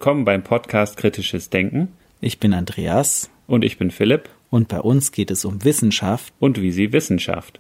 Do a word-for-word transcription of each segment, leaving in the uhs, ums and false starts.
willkommen beim Podcast Kritisches Denken. Ich bin Andreas. Und ich bin Philipp. Und bei uns geht es um Wissenschaft. Und wie sie Wissenschaft.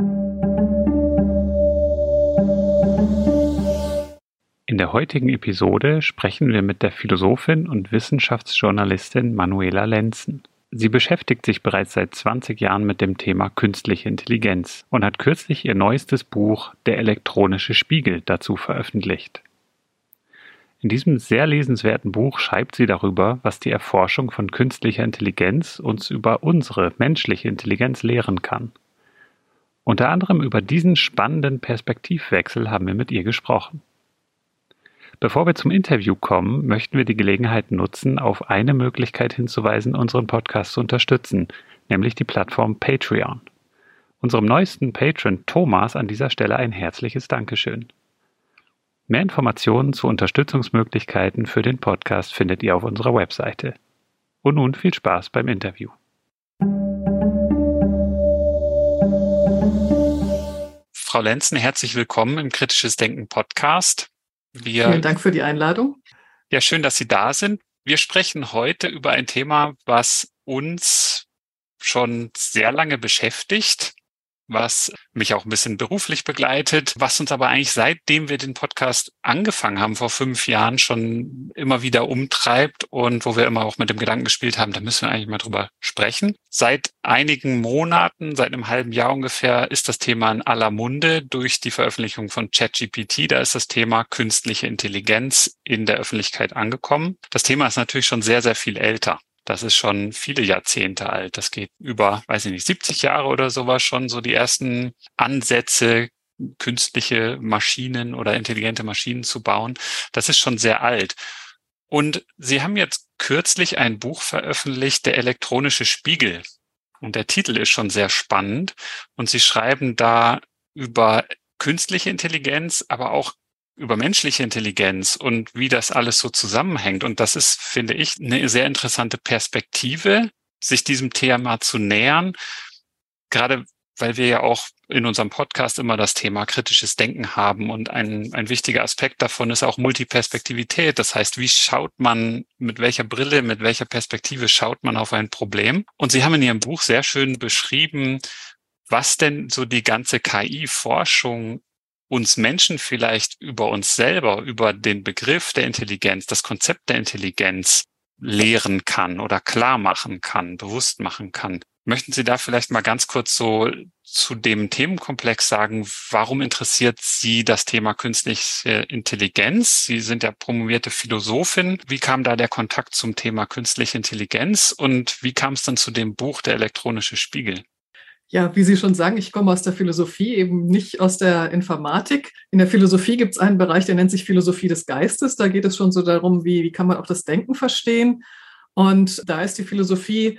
In der heutigen Episode sprechen wir mit der Philosophin und Wissenschaftsjournalistin Manuela Lenzen. Sie beschäftigt sich bereits seit zwanzig Jahren mit dem Thema künstliche Intelligenz und hat kürzlich ihr neuestes Buch Der elektronische Spiegel dazu veröffentlicht. In diesem sehr lesenswerten Buch schreibt sie darüber, was die Erforschung von künstlicher Intelligenz uns über unsere menschliche Intelligenz lehren kann. Unter anderem über diesen spannenden Perspektivwechsel haben wir mit ihr gesprochen. Bevor wir zum Interview kommen, möchten wir die Gelegenheit nutzen, auf eine Möglichkeit hinzuweisen, unseren Podcast zu unterstützen, nämlich die Plattform Patreon. Unserem neuesten Patron Thomas an dieser Stelle ein herzliches Dankeschön. Mehr Informationen zu Unterstützungsmöglichkeiten für den Podcast findet ihr auf unserer Webseite. Und nun viel Spaß beim Interview. Frau Lenzen, herzlich willkommen im Kritisches Denken Podcast. Wir, Vielen Dank für die Einladung. Ja, schön, dass Sie da sind. Wir sprechen heute über ein Thema, was uns schon sehr lange beschäftigt, was mich auch ein bisschen beruflich begleitet, was uns aber eigentlich seitdem wir den Podcast angefangen haben, vor fünf Jahren, schon immer wieder umtreibt und wo wir immer auch mit dem Gedanken gespielt haben, da müssen wir eigentlich mal drüber sprechen. Seit einigen Monaten, seit einem halben Jahr ungefähr, ist das Thema in aller Munde durch die Veröffentlichung von ChatGPT. Da ist das Thema künstliche Intelligenz in der Öffentlichkeit angekommen. Das Thema ist natürlich schon sehr, sehr viel älter. Das ist schon viele Jahrzehnte alt. Das geht über, weiß ich nicht, siebzig Jahre oder sowas schon, so die ersten Ansätze, künstliche Maschinen oder intelligente Maschinen zu bauen. Das ist schon sehr alt. Und Sie haben jetzt kürzlich ein Buch veröffentlicht, Der elektronische Spiegel. Und der Titel ist schon sehr spannend. Und Sie schreiben da über künstliche Intelligenz, aber auch über menschliche Intelligenz und wie das alles so zusammenhängt. Und das ist, finde ich, eine sehr interessante Perspektive, sich diesem Thema zu nähern. Gerade weil wir ja auch in unserem Podcast immer das Thema kritisches Denken haben. Und ein, ein wichtiger Aspekt davon ist auch Multiperspektivität. Das heißt, wie schaut man, mit welcher Brille, mit welcher Perspektive schaut man auf ein Problem? Und Sie haben in Ihrem Buch sehr schön beschrieben, was denn so die ganze K I-Forschung uns Menschen vielleicht über uns selber, über den Begriff der Intelligenz, das Konzept der Intelligenz lehren kann oder klar machen kann, bewusst machen kann. Möchten Sie da vielleicht mal ganz kurz so zu dem Themenkomplex sagen, warum interessiert Sie das Thema künstliche Intelligenz? Sie sind ja promovierte Philosophin. Wie kam da der Kontakt zum Thema künstliche Intelligenz und wie kam es dann zu dem Buch Der elektronische Spiegel? Ja, wie Sie schon sagen, ich komme aus der Philosophie, eben nicht aus der Informatik. In der Philosophie gibt es einen Bereich, der nennt sich Philosophie des Geistes. Da geht es schon so darum, wie, wie kann man auch das Denken verstehen. Und da ist die Philosophie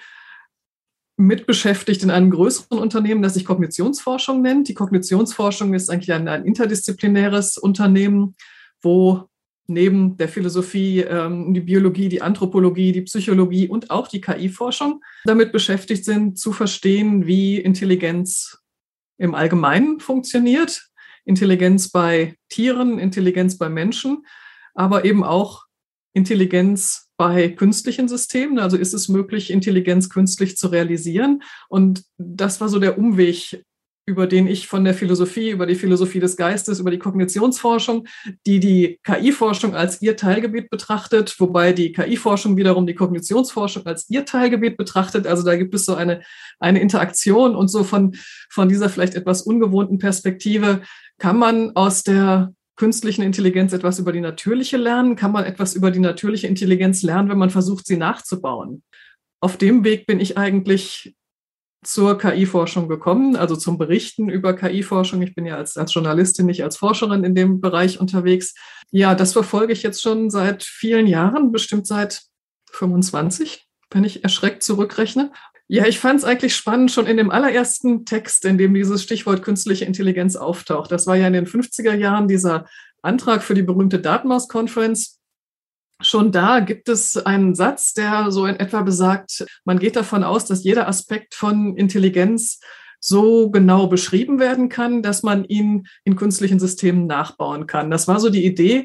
mit beschäftigt in einem größeren Unternehmen, das sich Kognitionsforschung nennt. Die Kognitionsforschung ist eigentlich ein, ein interdisziplinäres Unternehmen, wo neben der Philosophie ähm, die Biologie, die Anthropologie, die Psychologie und auch die K I-Forschung damit beschäftigt sind, zu verstehen, wie Intelligenz im Allgemeinen funktioniert. Intelligenz bei Tieren, Intelligenz bei Menschen, aber eben auch Intelligenz bei künstlichen Systemen. Also ist es möglich, Intelligenz künstlich zu realisieren? Und das war so der Umweg, über den ich von der Philosophie, über die Philosophie des Geistes, über die Kognitionsforschung, die die K I-Forschung als ihr Teilgebiet betrachtet, wobei die K I-Forschung wiederum die Kognitionsforschung als ihr Teilgebiet betrachtet. Also da gibt es so eine, eine Interaktion und so von, von dieser vielleicht etwas ungewohnten Perspektive kann man aus der künstlichen Intelligenz etwas über die natürliche lernen, kann man etwas über die natürliche Intelligenz lernen, wenn man versucht, sie nachzubauen. Auf dem Weg bin ich eigentlich zur K I-Forschung gekommen, also zum Berichten über K I-Forschung. Ich bin ja als, als Journalistin, nicht als Forscherin in dem Bereich unterwegs. Ja, das verfolge ich jetzt schon seit vielen Jahren, bestimmt seit fünfundzwanzig, wenn ich erschreckt zurückrechne. Ja, ich fand es eigentlich spannend, schon in dem allerersten Text, in dem dieses Stichwort künstliche Intelligenz auftaucht. Das war ja in den fünfziger Jahren dieser Antrag für die berühmte Dartmouth-Conference. Schon da gibt es einen Satz, der so in etwa besagt, man geht davon aus, dass jeder Aspekt von Intelligenz so genau beschrieben werden kann, dass man ihn in künstlichen Systemen nachbauen kann. Das war so die Idee,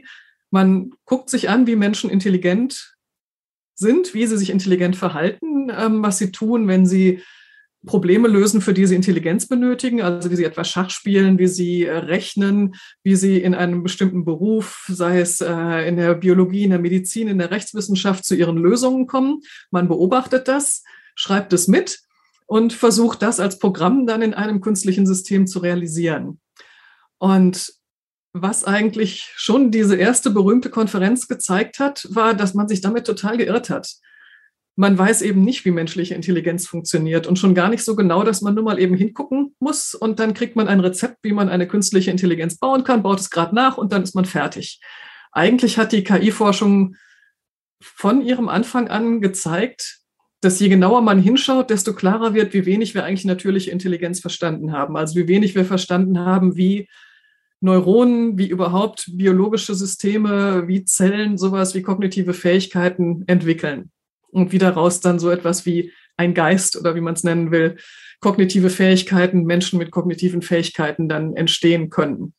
Man guckt sich an, wie Menschen intelligent sind, wie sie sich intelligent verhalten, ähm, was sie tun, wenn sie Probleme lösen, für die sie Intelligenz benötigen, also wie sie etwa Schach spielen, wie sie äh, rechnen, wie sie in einem bestimmten Beruf, sei es äh, in der Biologie, in der Medizin, in der Rechtswissenschaft, zu ihren Lösungen kommen. Man beobachtet das, schreibt es mit und versucht das als Programm dann in einem künstlichen System zu realisieren. Und was eigentlich schon diese erste berühmte Konferenz gezeigt hat, war, dass man sich damit total geirrt hat. Man weiß eben nicht, wie menschliche Intelligenz funktioniert und schon gar nicht so genau, dass man nur mal eben hingucken muss und dann kriegt man ein Rezept, wie man eine künstliche Intelligenz bauen kann, baut es gerade nach und dann ist man fertig. Eigentlich hat die K I-Forschung von ihrem Anfang an gezeigt, dass je genauer man hinschaut, desto klarer wird, wie wenig wir eigentlich natürliche Intelligenz verstanden haben. Also wie wenig wir verstanden haben, wie Neuronen, wie überhaupt biologische Systeme, wie Zellen, sowas wie kognitive Fähigkeiten entwickeln. Und wie daraus dann so etwas wie ein Geist oder wie man es nennen will, kognitive Fähigkeiten, Menschen mit kognitiven Fähigkeiten dann entstehen können.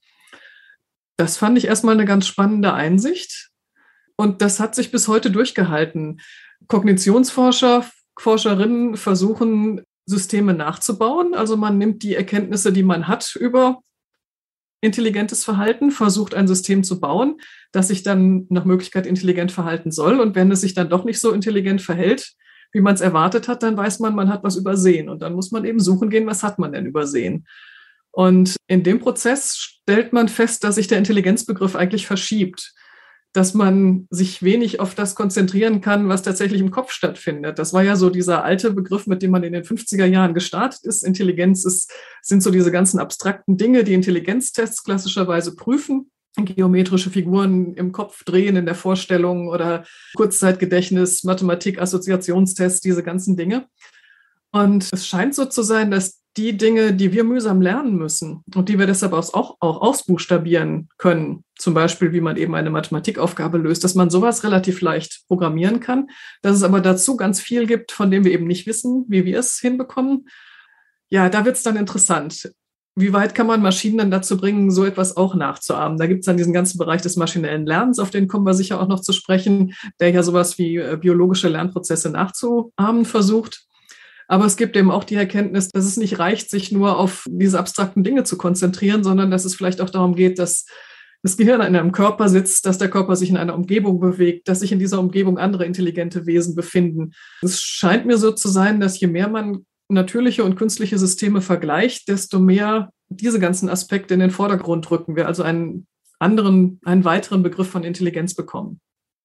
Das fand ich erstmal eine ganz spannende Einsicht. Und das hat sich bis heute durchgehalten. Kognitionsforscher, Forscherinnen versuchen, Systeme nachzubauen. Also man nimmt die Erkenntnisse, die man hat über intelligentes Verhalten, versucht ein System zu bauen, das sich dann nach Möglichkeit intelligent verhalten soll. Und wenn es sich dann doch nicht so intelligent verhält, wie man es erwartet hat, dann weiß man, man hat was übersehen. Und dann muss man eben suchen gehen, was hat man denn übersehen. Und in dem Prozess stellt man fest, dass sich der Intelligenzbegriff eigentlich verschiebt, dass man sich wenig auf das konzentrieren kann, was tatsächlich im Kopf stattfindet. Das war ja so dieser alte Begriff, mit dem man in den fünfziger Jahren gestartet ist. Intelligenz ist, sind so diese ganzen abstrakten Dinge, die Intelligenztests klassischerweise prüfen. Geometrische Figuren im Kopf drehen in der Vorstellung oder Kurzzeitgedächtnis, Mathematik, Assoziationstests, diese ganzen Dinge. Und es scheint so zu sein, dass die Dinge, die wir mühsam lernen müssen und die wir deshalb auch, auch ausbuchstabieren können, zum Beispiel, wie man eben eine Mathematikaufgabe löst, dass man sowas relativ leicht programmieren kann, dass es aber dazu ganz viel gibt, von dem wir eben nicht wissen, wie wir es hinbekommen. Ja, da wird es dann interessant. Wie weit kann man Maschinen dann dazu bringen, so etwas auch nachzuahmen? Da gibt es dann diesen ganzen Bereich des maschinellen Lernens, auf den kommen wir sicher auch noch zu sprechen, der ja sowas wie biologische Lernprozesse nachzuahmen versucht. Aber es gibt eben auch die Erkenntnis, dass es nicht reicht, sich nur auf diese abstrakten Dinge zu konzentrieren, sondern dass es vielleicht auch darum geht, dass das Gehirn in einem Körper sitzt, dass der Körper sich in einer Umgebung bewegt, dass sich in dieser Umgebung andere intelligente Wesen befinden. Es scheint mir so zu sein, dass je mehr man natürliche und künstliche Systeme vergleicht, desto mehr diese ganzen Aspekte in den Vordergrund rücken wir, also einen anderen, einen weiteren Begriff von Intelligenz bekommen.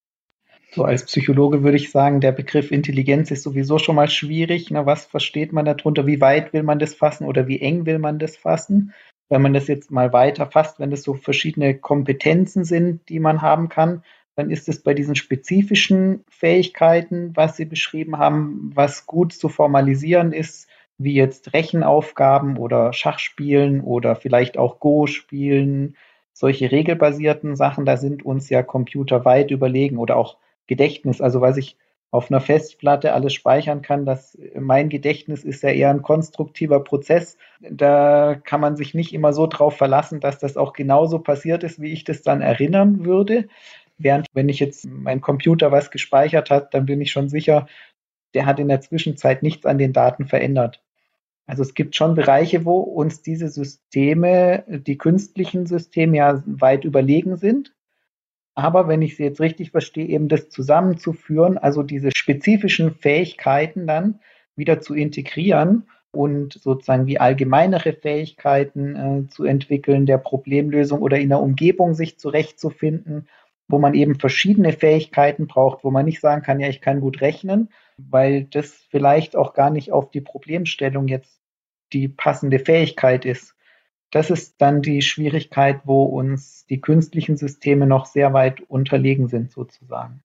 So als Psychologe würde ich sagen, der Begriff Intelligenz ist sowieso schon mal schwierig. Na, was versteht man darunter? Wie weit will man das fassen oder wie eng will man das fassen? Wenn man das jetzt mal weiter fasst, wenn das so verschiedene Kompetenzen sind, die man haben kann, dann ist es bei diesen spezifischen Fähigkeiten, was Sie beschrieben haben, was gut zu formalisieren ist, wie jetzt Rechenaufgaben oder Schachspielen oder vielleicht auch Go spielen, solche regelbasierten Sachen, da sind uns ja Computer weit überlegen oder auch Gedächtnis, also was ich auf einer Festplatte alles speichern kann, das, mein Gedächtnis ist ja eher ein konstruktiver Prozess. Da kann man sich nicht immer so drauf verlassen, dass das auch genauso passiert ist, wie ich das dann erinnern würde. Während wenn ich jetzt mein Computer was gespeichert hat, dann bin ich schon sicher, der hat in der Zwischenzeit nichts an den Daten verändert. Also es gibt schon Bereiche, wo uns diese Systeme, die künstlichen Systeme ja weit überlegen sind. Aber wenn ich sie jetzt richtig verstehe, eben das zusammenzuführen, also diese spezifischen Fähigkeiten dann wieder zu integrieren und sozusagen wie allgemeinere Fähigkeiten äh, zu entwickeln, der Problemlösung oder in der Umgebung sich zurechtzufinden, wo man eben verschiedene Fähigkeiten braucht, wo man nicht sagen kann, ja, ich kann gut rechnen, weil das vielleicht auch gar nicht auf die Problemstellung jetzt die passende Fähigkeit ist. Das ist dann die Schwierigkeit, wo uns die künstlichen Systeme noch sehr weit unterlegen sind, sozusagen.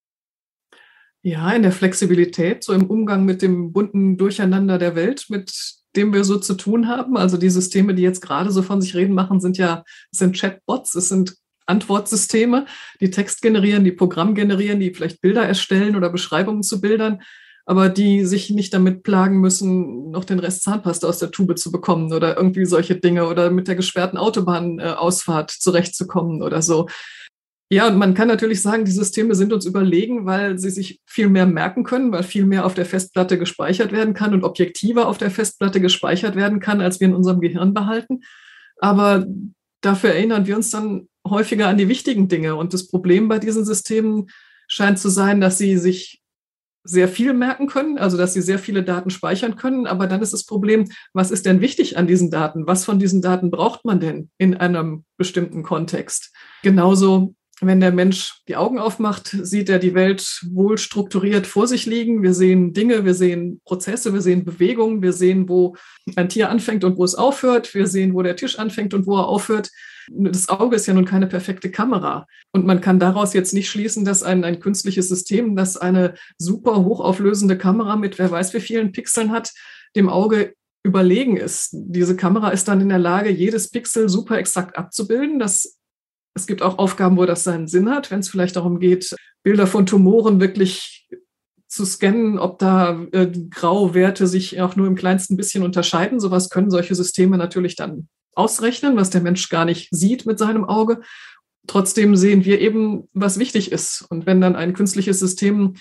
Ja, in der Flexibilität, so im Umgang mit dem bunten Durcheinander der Welt, mit dem wir so zu tun haben. Also die Systeme, die jetzt gerade so von sich reden machen, sind ja, es sind Chatbots, es sind Antwortsysteme, die Text generieren, die Programm generieren, die vielleicht Bilder erstellen oder Beschreibungen zu Bildern, aber die sich nicht damit plagen müssen, noch den Rest Zahnpasta aus der Tube zu bekommen oder irgendwie solche Dinge oder mit der gesperrten Autobahnausfahrt zurechtzukommen oder so. Ja, und man kann natürlich sagen, die Systeme sind uns überlegen, weil sie sich viel mehr merken können, weil viel mehr auf der Festplatte gespeichert werden kann und objektiver auf der Festplatte gespeichert werden kann, als wir in unserem Gehirn behalten. Aber dafür erinnern wir uns dann häufiger an die wichtigen Dinge. Und das Problem bei diesen Systemen scheint zu sein, dass sie sich sehr viel merken können, also dass sie sehr viele Daten speichern können. Aber dann ist das Problem, was ist denn wichtig an diesen Daten? Was von diesen Daten braucht man denn in einem bestimmten Kontext? Genauso, wenn der Mensch die Augen aufmacht, sieht er die Welt wohl strukturiert vor sich liegen. Wir sehen Dinge, wir sehen Prozesse, wir sehen Bewegungen, wir sehen, wo ein Tier anfängt und wo es aufhört. Wir sehen, wo der Tisch anfängt und wo er aufhört. Das Auge ist ja nun keine perfekte Kamera. Und man kann daraus jetzt nicht schließen, dass ein, ein künstliches System, das eine super hochauflösende Kamera mit wer weiß wie vielen Pixeln hat, dem Auge überlegen ist. Diese Kamera ist dann in der Lage, jedes Pixel super exakt abzubilden. Das Es gibt auch Aufgaben, wo das seinen Sinn hat, wenn es vielleicht darum geht, Bilder von Tumoren wirklich zu scannen, ob da äh, Grauwerte sich auch nur im kleinsten bisschen unterscheiden. Sowas können solche Systeme natürlich dann ausrechnen, was der Mensch gar nicht sieht mit seinem Auge. Trotzdem sehen wir eben, was wichtig ist. Und wenn dann ein künstliches System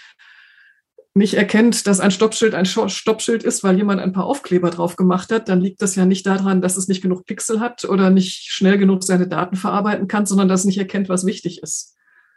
nicht erkennt, dass ein Stoppschild ein Stoppschild ist, weil jemand ein paar Aufkleber drauf gemacht hat, dann liegt das ja nicht daran, dass es nicht genug Pixel hat oder nicht schnell genug seine Daten verarbeiten kann, sondern dass es nicht erkennt, was wichtig ist.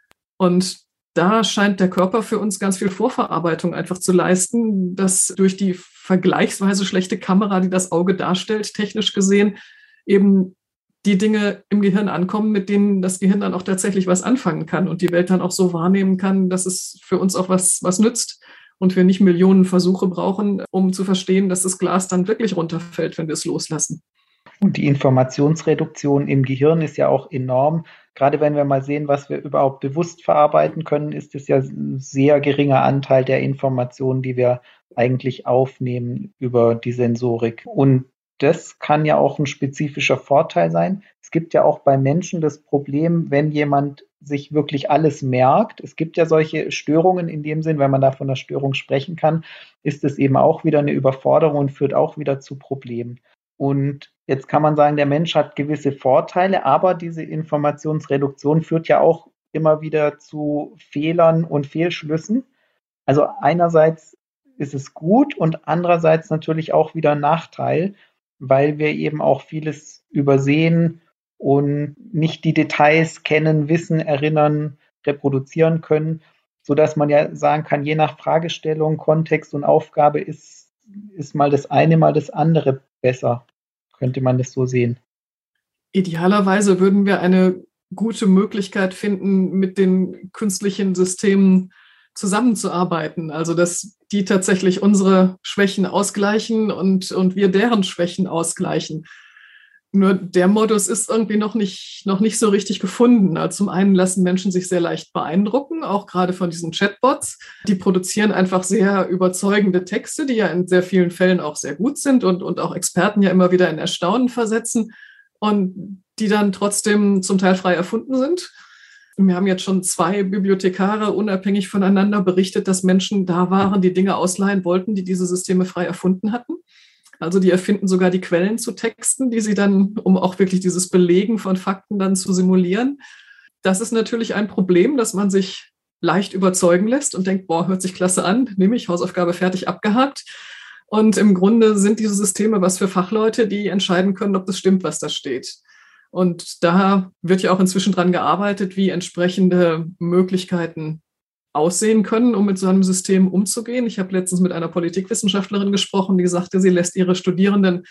Und da scheint der Körper für uns ganz viel Vorverarbeitung einfach zu leisten, dass durch die vergleichsweise schlechte Kamera, die das Auge darstellt, technisch gesehen, eben die Dinge im Gehirn ankommen, mit denen das Gehirn dann auch tatsächlich was anfangen kann und die Welt dann auch so wahrnehmen kann, dass es für uns auch was, was nützt. Und wir nicht Millionen Versuche brauchen, um zu verstehen, dass das Glas dann wirklich runterfällt, wenn wir es loslassen. Und die Informationsreduktion im Gehirn ist ja auch enorm. Gerade wenn wir mal sehen, was wir überhaupt bewusst verarbeiten können, ist es ja ein sehr geringer Anteil der Informationen, die wir eigentlich aufnehmen über die Sensorik. Und das kann ja auch ein spezifischer Vorteil sein. Es gibt ja auch bei Menschen das Problem, wenn jemand sich wirklich alles merkt. Es gibt ja solche Störungen in dem Sinn, wenn man da von einer Störung sprechen kann, ist es eben auch wieder eine Überforderung und führt auch wieder zu Problemen. Und jetzt kann man sagen, der Mensch hat gewisse Vorteile, aber diese Informationsreduktion führt ja auch immer wieder zu Fehlern und Fehlschlüssen. Also einerseits ist es gut und andererseits natürlich auch wieder ein Nachteil, weil wir eben auch vieles übersehen und nicht die Details kennen, wissen, erinnern, reproduzieren können, sodass man ja sagen kann, je nach Fragestellung, Kontext und Aufgabe ist, ist mal das eine, mal das andere besser. Könnte man das so sehen? Idealerweise würden wir eine gute Möglichkeit finden, mit den künstlichen Systemen zusammenzuarbeiten. Also dass die tatsächlich unsere Schwächen ausgleichen und, und wir deren Schwächen ausgleichen. Nur der Modus ist irgendwie noch nicht, noch nicht so richtig gefunden. Also zum einen lassen Menschen sich sehr leicht beeindrucken, auch gerade von diesen Chatbots. Die produzieren einfach sehr überzeugende Texte, die ja in sehr vielen Fällen auch sehr gut sind und, und auch Experten ja immer wieder in Erstaunen versetzen und die dann trotzdem zum Teil frei erfunden sind. Wir haben jetzt schon zwei Bibliothekare unabhängig voneinander berichtet, dass Menschen da waren, die Dinge ausleihen wollten, die diese Systeme frei erfunden hatten. Also die erfinden sogar die Quellen zu Texten, die sie dann, um auch wirklich dieses Belegen von Fakten dann zu simulieren. Das ist natürlich ein Problem, dass man sich leicht überzeugen lässt und denkt, boah, hört sich klasse an, nehme ich, Hausaufgabe fertig, abgehakt. Und im Grunde sind diese Systeme was für Fachleute, die entscheiden können, ob das stimmt, was da steht. Und da wird ja auch inzwischen dran gearbeitet, wie entsprechende Möglichkeiten aussehen können, um mit so einem System umzugehen. Ich habe letztens mit einer Politikwissenschaftlerin gesprochen, die sagte, sie lässt ihre Studierenden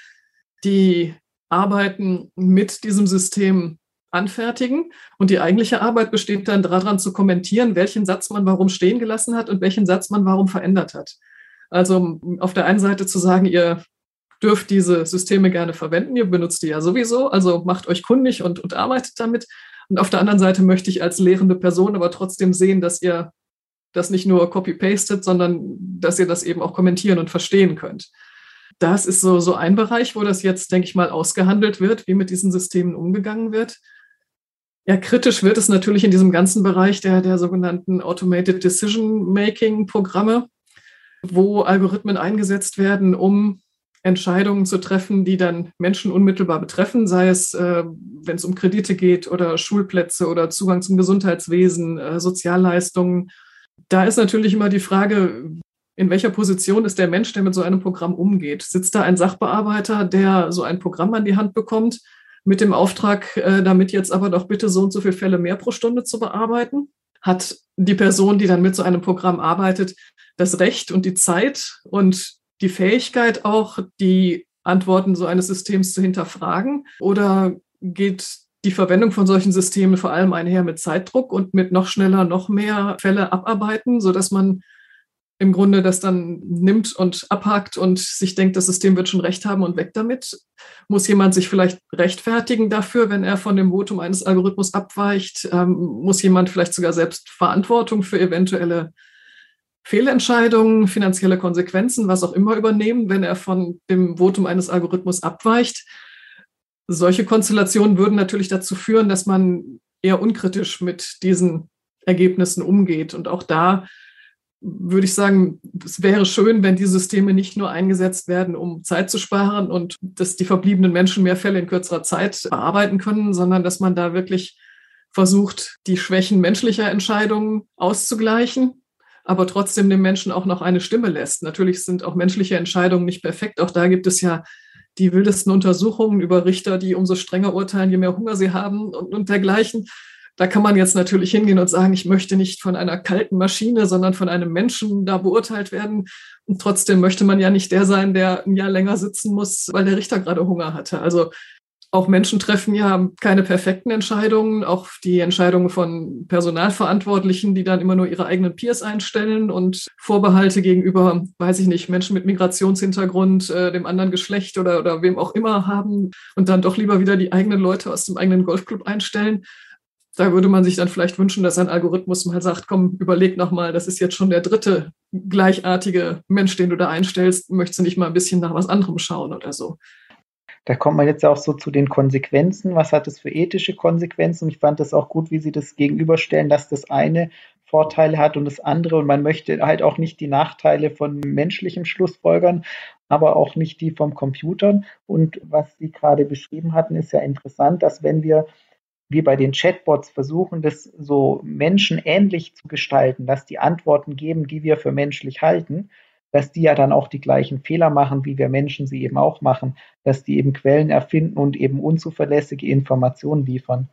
die Arbeiten mit diesem System anfertigen. Und die eigentliche Arbeit besteht dann daran zu kommentieren, welchen Satz man warum stehen gelassen hat und welchen Satz man warum verändert hat. Also auf der einen Seite zu sagen, ihr dürft diese Systeme gerne verwenden, ihr benutzt die ja sowieso, also macht euch kundig und, und arbeitet damit. Und auf der anderen Seite möchte ich als lehrende Person aber trotzdem sehen, dass ihr das nicht nur copy-pastet, sondern dass ihr das eben auch kommentieren und verstehen könnt. Das ist so, so ein Bereich, wo das jetzt, denke ich mal, ausgehandelt wird, wie mit diesen Systemen umgegangen wird. Ja, kritisch wird es natürlich in diesem ganzen Bereich der, der sogenannten Automated Decision-Making-Programme, wo Algorithmen eingesetzt werden, um Entscheidungen zu treffen, die dann Menschen unmittelbar betreffen, sei es, äh, wenn es um Kredite geht oder Schulplätze oder Zugang zum Gesundheitswesen, äh, Sozialleistungen. Da ist natürlich immer die Frage, in welcher Position ist der Mensch, der mit so einem Programm umgeht? Sitzt da ein Sachbearbeiter, der so ein Programm an die Hand bekommt, mit dem Auftrag, äh, damit jetzt aber doch bitte so und so viele Fälle mehr pro Stunde zu bearbeiten? Hat die Person, die dann mit so einem Programm arbeitet, das Recht und die Zeit und die Fähigkeit auch, die Antworten so eines Systems zu hinterfragen? Oder geht die Verwendung von solchen Systemen vor allem einher mit Zeitdruck und mit noch schneller, noch mehr Fälle abarbeiten, sodass man im Grunde das dann nimmt und abhakt und sich denkt, das System wird schon recht haben und weg damit? Muss jemand sich vielleicht rechtfertigen dafür, wenn er von dem Votum eines Algorithmus abweicht? Ähm, muss jemand vielleicht sogar selbst Verantwortung für eventuelle Fehlentscheidungen, finanzielle Konsequenzen, was auch immer übernehmen, wenn er von dem Votum eines Algorithmus abweicht? Solche Konstellationen würden natürlich dazu führen, dass man eher unkritisch mit diesen Ergebnissen umgeht. Und auch da würde ich sagen, es wäre schön, wenn die Systeme nicht nur eingesetzt werden, um Zeit zu sparen und dass die verbliebenen Menschen mehr Fälle in kürzerer Zeit bearbeiten können, sondern dass man da wirklich versucht, die Schwächen menschlicher Entscheidungen auszugleichen, aber trotzdem dem Menschen auch noch eine Stimme lässt. Natürlich sind auch menschliche Entscheidungen nicht perfekt. Auch da gibt es ja die wildesten Untersuchungen über Richter, die umso strenger urteilen, je mehr Hunger sie haben und, und dergleichen. Da kann man jetzt natürlich hingehen und sagen, ich möchte nicht von einer kalten Maschine, sondern von einem Menschen da beurteilt werden. Und trotzdem möchte man ja nicht der sein, der ein Jahr länger sitzen muss, weil der Richter gerade Hunger hatte. Also auch Menschen treffen ja keine perfekten Entscheidungen, auch die Entscheidungen von Personalverantwortlichen, die dann immer nur ihre eigenen Peers einstellen und Vorbehalte gegenüber, weiß ich nicht, Menschen mit Migrationshintergrund, äh, dem anderen Geschlecht oder, oder wem auch immer haben und dann doch lieber wieder die eigenen Leute aus dem eigenen Golfclub einstellen. Da würde man sich dann vielleicht wünschen, dass ein Algorithmus mal sagt, komm, überleg nochmal, das ist jetzt schon der dritte gleichartige Mensch, den du da einstellst, möchtest du nicht mal ein bisschen nach was anderem schauen oder so? Da kommt man jetzt auch so zu den Konsequenzen. Was hat es für ethische Konsequenzen? Und ich fand das auch gut, wie Sie das gegenüberstellen, dass das eine Vorteile hat und das andere. Und man möchte halt auch nicht die Nachteile von menschlichem Schlussfolgern, aber auch nicht die vom Computern. Und was Sie gerade beschrieben hatten, ist ja interessant, dass wenn wir wie bei den Chatbots versuchen, das so menschenähnlich zu gestalten, dass die Antworten geben, die wir für menschlich halten, dass die ja dann auch die gleichen Fehler machen, wie wir Menschen sie eben auch machen, dass die eben Quellen erfinden und eben unzuverlässige Informationen liefern.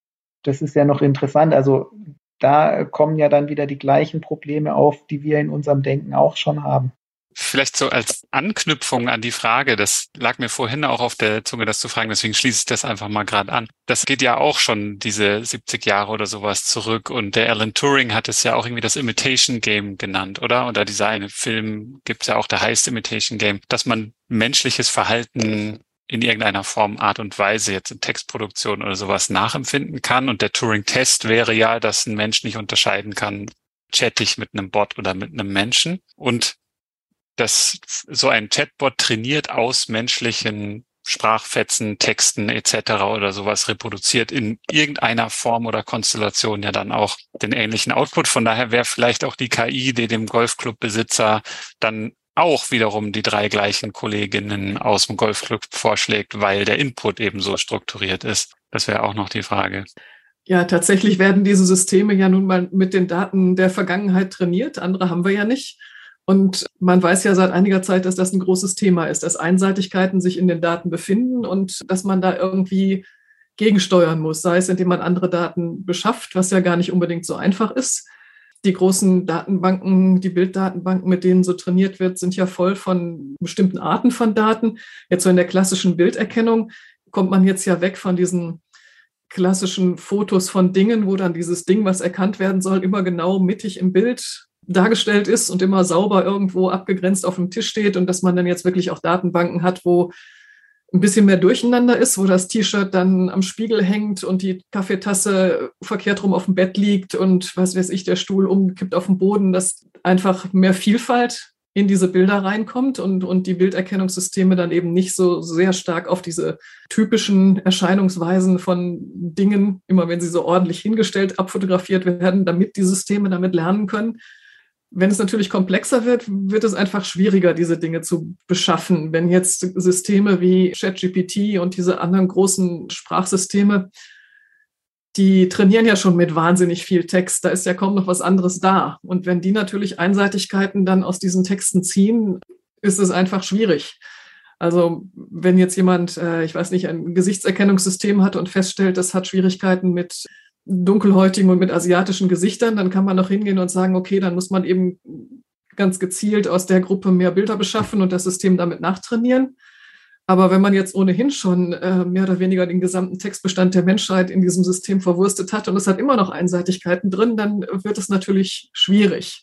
Das ist ja noch interessant. Also da kommen ja dann wieder die gleichen Probleme auf, die wir in unserem Denken auch schon haben. Vielleicht so als Anknüpfung an die Frage, das lag mir vorhin auch auf der Zunge, das zu fragen, deswegen schließe ich das einfach mal gerade an. Das geht ja auch schon diese siebzig Jahre oder sowas zurück und der Alan Turing hat es ja auch irgendwie das Imitation Game genannt, oder? Oder dieser eine Film gibt's ja auch, der heißt Imitation Game, dass man menschliches Verhalten in irgendeiner Form, Art und Weise, jetzt in Textproduktion oder sowas nachempfinden kann. Und der Turing-Test wäre ja, dass ein Mensch nicht unterscheiden kann, chatte ich mit einem Bot oder mit einem Menschen. Und dass so ein Chatbot trainiert aus menschlichen Sprachfetzen, Texten et cetera oder sowas reproduziert in irgendeiner Form oder Konstellation ja dann auch den ähnlichen Output. Von daher wäre vielleicht auch die K I, die dem Golfclub-Besitzer dann auch wiederum die drei gleichen Kolleginnen aus dem Golfclub vorschlägt, weil der Input eben so strukturiert ist. Das wäre auch noch die Frage. Ja, tatsächlich werden diese Systeme ja nun mal mit den Daten der Vergangenheit trainiert. Andere haben wir ja nicht. Und man weiß ja seit einiger Zeit, dass das ein großes Thema ist, dass Einseitigkeiten sich in den Daten befinden und dass man da irgendwie gegensteuern muss, sei es indem man andere Daten beschafft, was ja gar nicht unbedingt so einfach ist. Die großen Datenbanken, die Bilddatenbanken, mit denen so trainiert wird, sind ja voll von bestimmten Arten von Daten. Jetzt so in der klassischen Bilderkennung kommt man jetzt ja weg von diesen klassischen Fotos von Dingen, wo dann dieses Ding, was erkannt werden soll, immer genau mittig im Bild dargestellt ist und immer sauber irgendwo abgegrenzt auf dem Tisch steht und dass man dann jetzt wirklich auch Datenbanken hat, wo ein bisschen mehr Durcheinander ist, wo das T-Shirt dann am Spiegel hängt und die Kaffeetasse verkehrt rum auf dem Bett liegt und was weiß ich, der Stuhl umgekippt auf dem Boden, dass einfach mehr Vielfalt in diese Bilder reinkommt und, und die Bilderkennungssysteme dann eben nicht so sehr stark auf diese typischen Erscheinungsweisen von Dingen, immer wenn sie so ordentlich hingestellt, abfotografiert werden, damit die Systeme damit lernen können. Wenn es natürlich komplexer wird, wird es einfach schwieriger, diese Dinge zu beschaffen. Wenn jetzt Systeme wie ChatGPT und diese anderen großen Sprachsysteme, die trainieren ja schon mit wahnsinnig viel Text, da ist ja kaum noch was anderes da. Und wenn die natürlich Einseitigkeiten dann aus diesen Texten ziehen, ist es einfach schwierig. Also wenn jetzt jemand, ich weiß nicht, ein Gesichtserkennungssystem hat und feststellt, das hat Schwierigkeiten mit dunkelhäutigen und mit asiatischen Gesichtern, dann kann man noch hingehen und sagen, okay, dann muss man eben ganz gezielt aus der Gruppe mehr Bilder beschaffen und das System damit nachtrainieren. Aber wenn man jetzt ohnehin schon äh, mehr oder weniger den gesamten Textbestand der Menschheit in diesem System verwurstet hat und es hat immer noch Einseitigkeiten drin, dann wird es natürlich schwierig.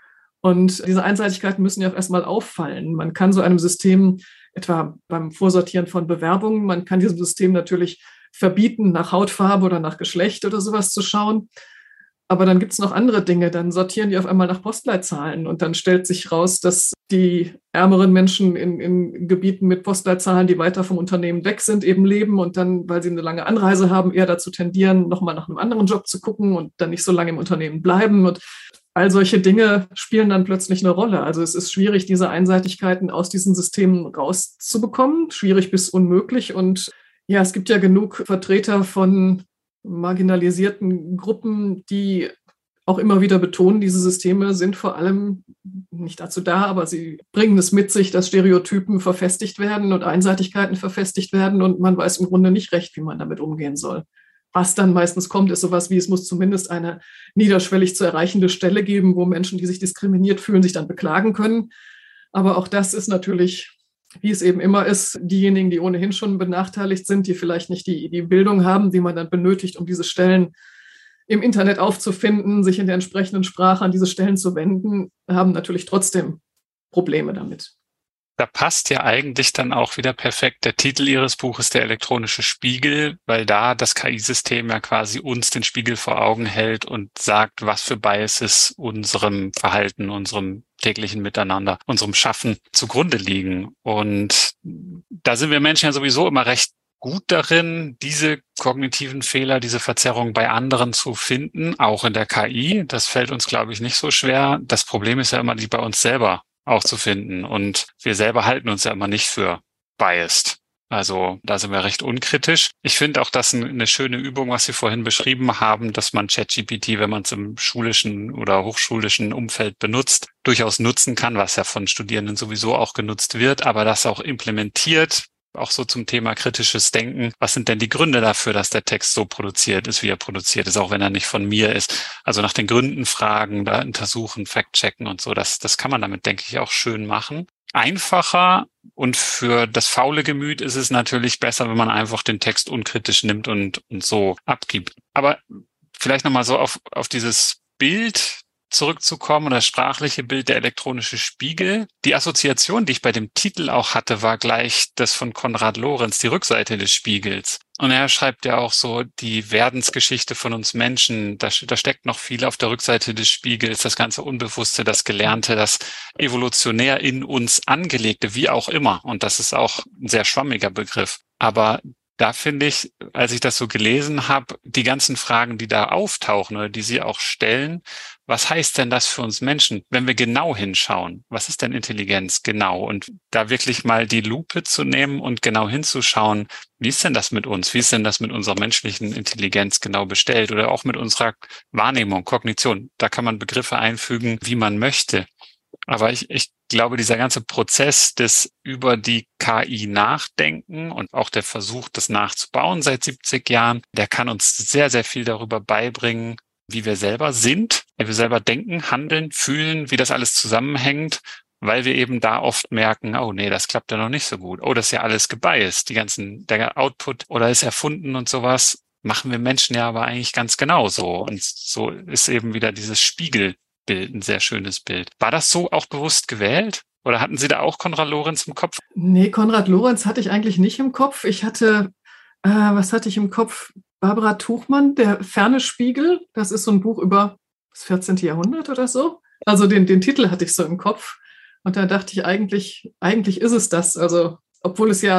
Und diese Einseitigkeiten müssen ja auch erstmal auffallen. Man kann so einem System, etwa beim Vorsortieren von Bewerbungen, man kann diesem System natürlich verbieten, nach Hautfarbe oder nach Geschlecht oder sowas zu schauen. Aber dann gibt es noch andere Dinge. Dann sortieren die auf einmal nach Postleitzahlen und dann stellt sich raus, dass die ärmeren Menschen in, in Gebieten mit Postleitzahlen, die weiter vom Unternehmen weg sind, eben leben und dann, weil sie eine lange Anreise haben, eher dazu tendieren, nochmal nach einem anderen Job zu gucken und dann nicht so lange im Unternehmen bleiben. Und all solche Dinge spielen dann plötzlich eine Rolle. Also es ist schwierig, diese Einseitigkeiten aus diesen Systemen rauszubekommen. Schwierig bis unmöglich. Und ja, es gibt ja genug Vertreter von marginalisierten Gruppen, die auch immer wieder betonen, diese Systeme sind vor allem nicht dazu da, aber sie bringen es mit sich, dass Stereotypen verfestigt werden und Einseitigkeiten verfestigt werden und man weiß im Grunde nicht recht, wie man damit umgehen soll. Was dann meistens kommt, ist sowas wie, es muss zumindest eine niederschwellig zu erreichende Stelle geben, wo Menschen, die sich diskriminiert fühlen, sich dann beklagen können. Aber auch das ist natürlich, wie es eben immer ist, diejenigen, die ohnehin schon benachteiligt sind, die vielleicht nicht die, die Bildung haben, die man dann benötigt, um diese Stellen im Internet aufzufinden, sich in der entsprechenden Sprache an diese Stellen zu wenden, haben natürlich trotzdem Probleme damit. Da passt ja eigentlich dann auch wieder perfekt der Titel Ihres Buches, der elektronische Spiegel, weil da das K I-System ja quasi uns den Spiegel vor Augen hält und sagt, was für Biases unserem Verhalten, unserem täglichen Miteinander, unserem Schaffen zugrunde liegen. Und da sind wir Menschen ja sowieso immer recht gut darin, diese kognitiven Fehler, diese Verzerrungen bei anderen zu finden, auch in der K I. Das fällt uns, glaube ich, nicht so schwer. Das Problem ist ja immer, die bei uns selber auch zu finden. Und wir selber halten uns ja immer nicht für biased. Also da sind wir recht unkritisch. Ich finde auch, das eine schöne Übung, was Sie vorhin beschrieben haben, dass man ChatGPT, wenn man es im schulischen oder hochschulischen Umfeld benutzt, durchaus nutzen kann, was ja von Studierenden sowieso auch genutzt wird, aber das auch implementiert, auch so zum Thema kritisches Denken. Was sind denn die Gründe dafür, dass der Text so produziert ist, wie er produziert ist, auch wenn er nicht von mir ist? Also nach den Gründen fragen, da untersuchen, fact-checken und so. Das, das kann man damit, denke ich, auch schön machen. Einfacher und für das faule Gemüt ist es natürlich besser, wenn man einfach den Text unkritisch nimmt und, und so abgibt. Aber vielleicht nochmal so auf, auf dieses Bild zurückzukommen, oder das sprachliche Bild, der elektronische Spiegel. Die Assoziation, die ich bei dem Titel auch hatte, war gleich das von Konrad Lorenz, die Rückseite des Spiegels. Und er schreibt ja auch so, die Werdensgeschichte von uns Menschen, da, da steckt noch viel auf der Rückseite des Spiegels, das ganze Unbewusste, das Gelernte, das evolutionär in uns angelegte, wie auch immer. Und das ist auch ein sehr schwammiger Begriff. Aber da finde ich, als ich das so gelesen habe, die ganzen Fragen, die da auftauchen oder die Sie auch stellen, was heißt denn das für uns Menschen, wenn wir genau hinschauen? Was ist denn Intelligenz genau? Und da wirklich mal die Lupe zu nehmen und genau hinzuschauen, wie ist denn das mit uns? Wie ist denn das mit unserer menschlichen Intelligenz genau bestellt? Oder auch mit unserer Wahrnehmung, Kognition? Da kann man Begriffe einfügen, wie man möchte. Aber ich, ich glaube, dieser ganze Prozess des über die K I nachdenken und auch der Versuch, das nachzubauen seit siebzig Jahren, der kann uns sehr, sehr viel darüber beibringen, wie wir selber sind, wie wir selber denken, handeln, fühlen, wie das alles zusammenhängt, weil wir eben da oft merken, oh nee, das klappt ja noch nicht so gut. Oh, das ist ja alles gebiased, die ganzen, der Output oder ist erfunden und sowas, machen wir Menschen ja aber eigentlich ganz genauso. Und so ist eben wieder dieses Spiegel. Bild, ein sehr schönes Bild. War das so auch bewusst gewählt? Oder hatten Sie da auch Konrad Lorenz im Kopf? Nee, Konrad Lorenz hatte ich eigentlich nicht im Kopf. Ich hatte, äh, was hatte ich im Kopf? Barbara Tuchmann, der ferne Spiegel. Das ist so ein Buch über das vierzehnte Jahrhundert oder so. Also den, den Titel hatte ich so im Kopf. Und da dachte ich, eigentlich, eigentlich ist es das. Also, obwohl es ja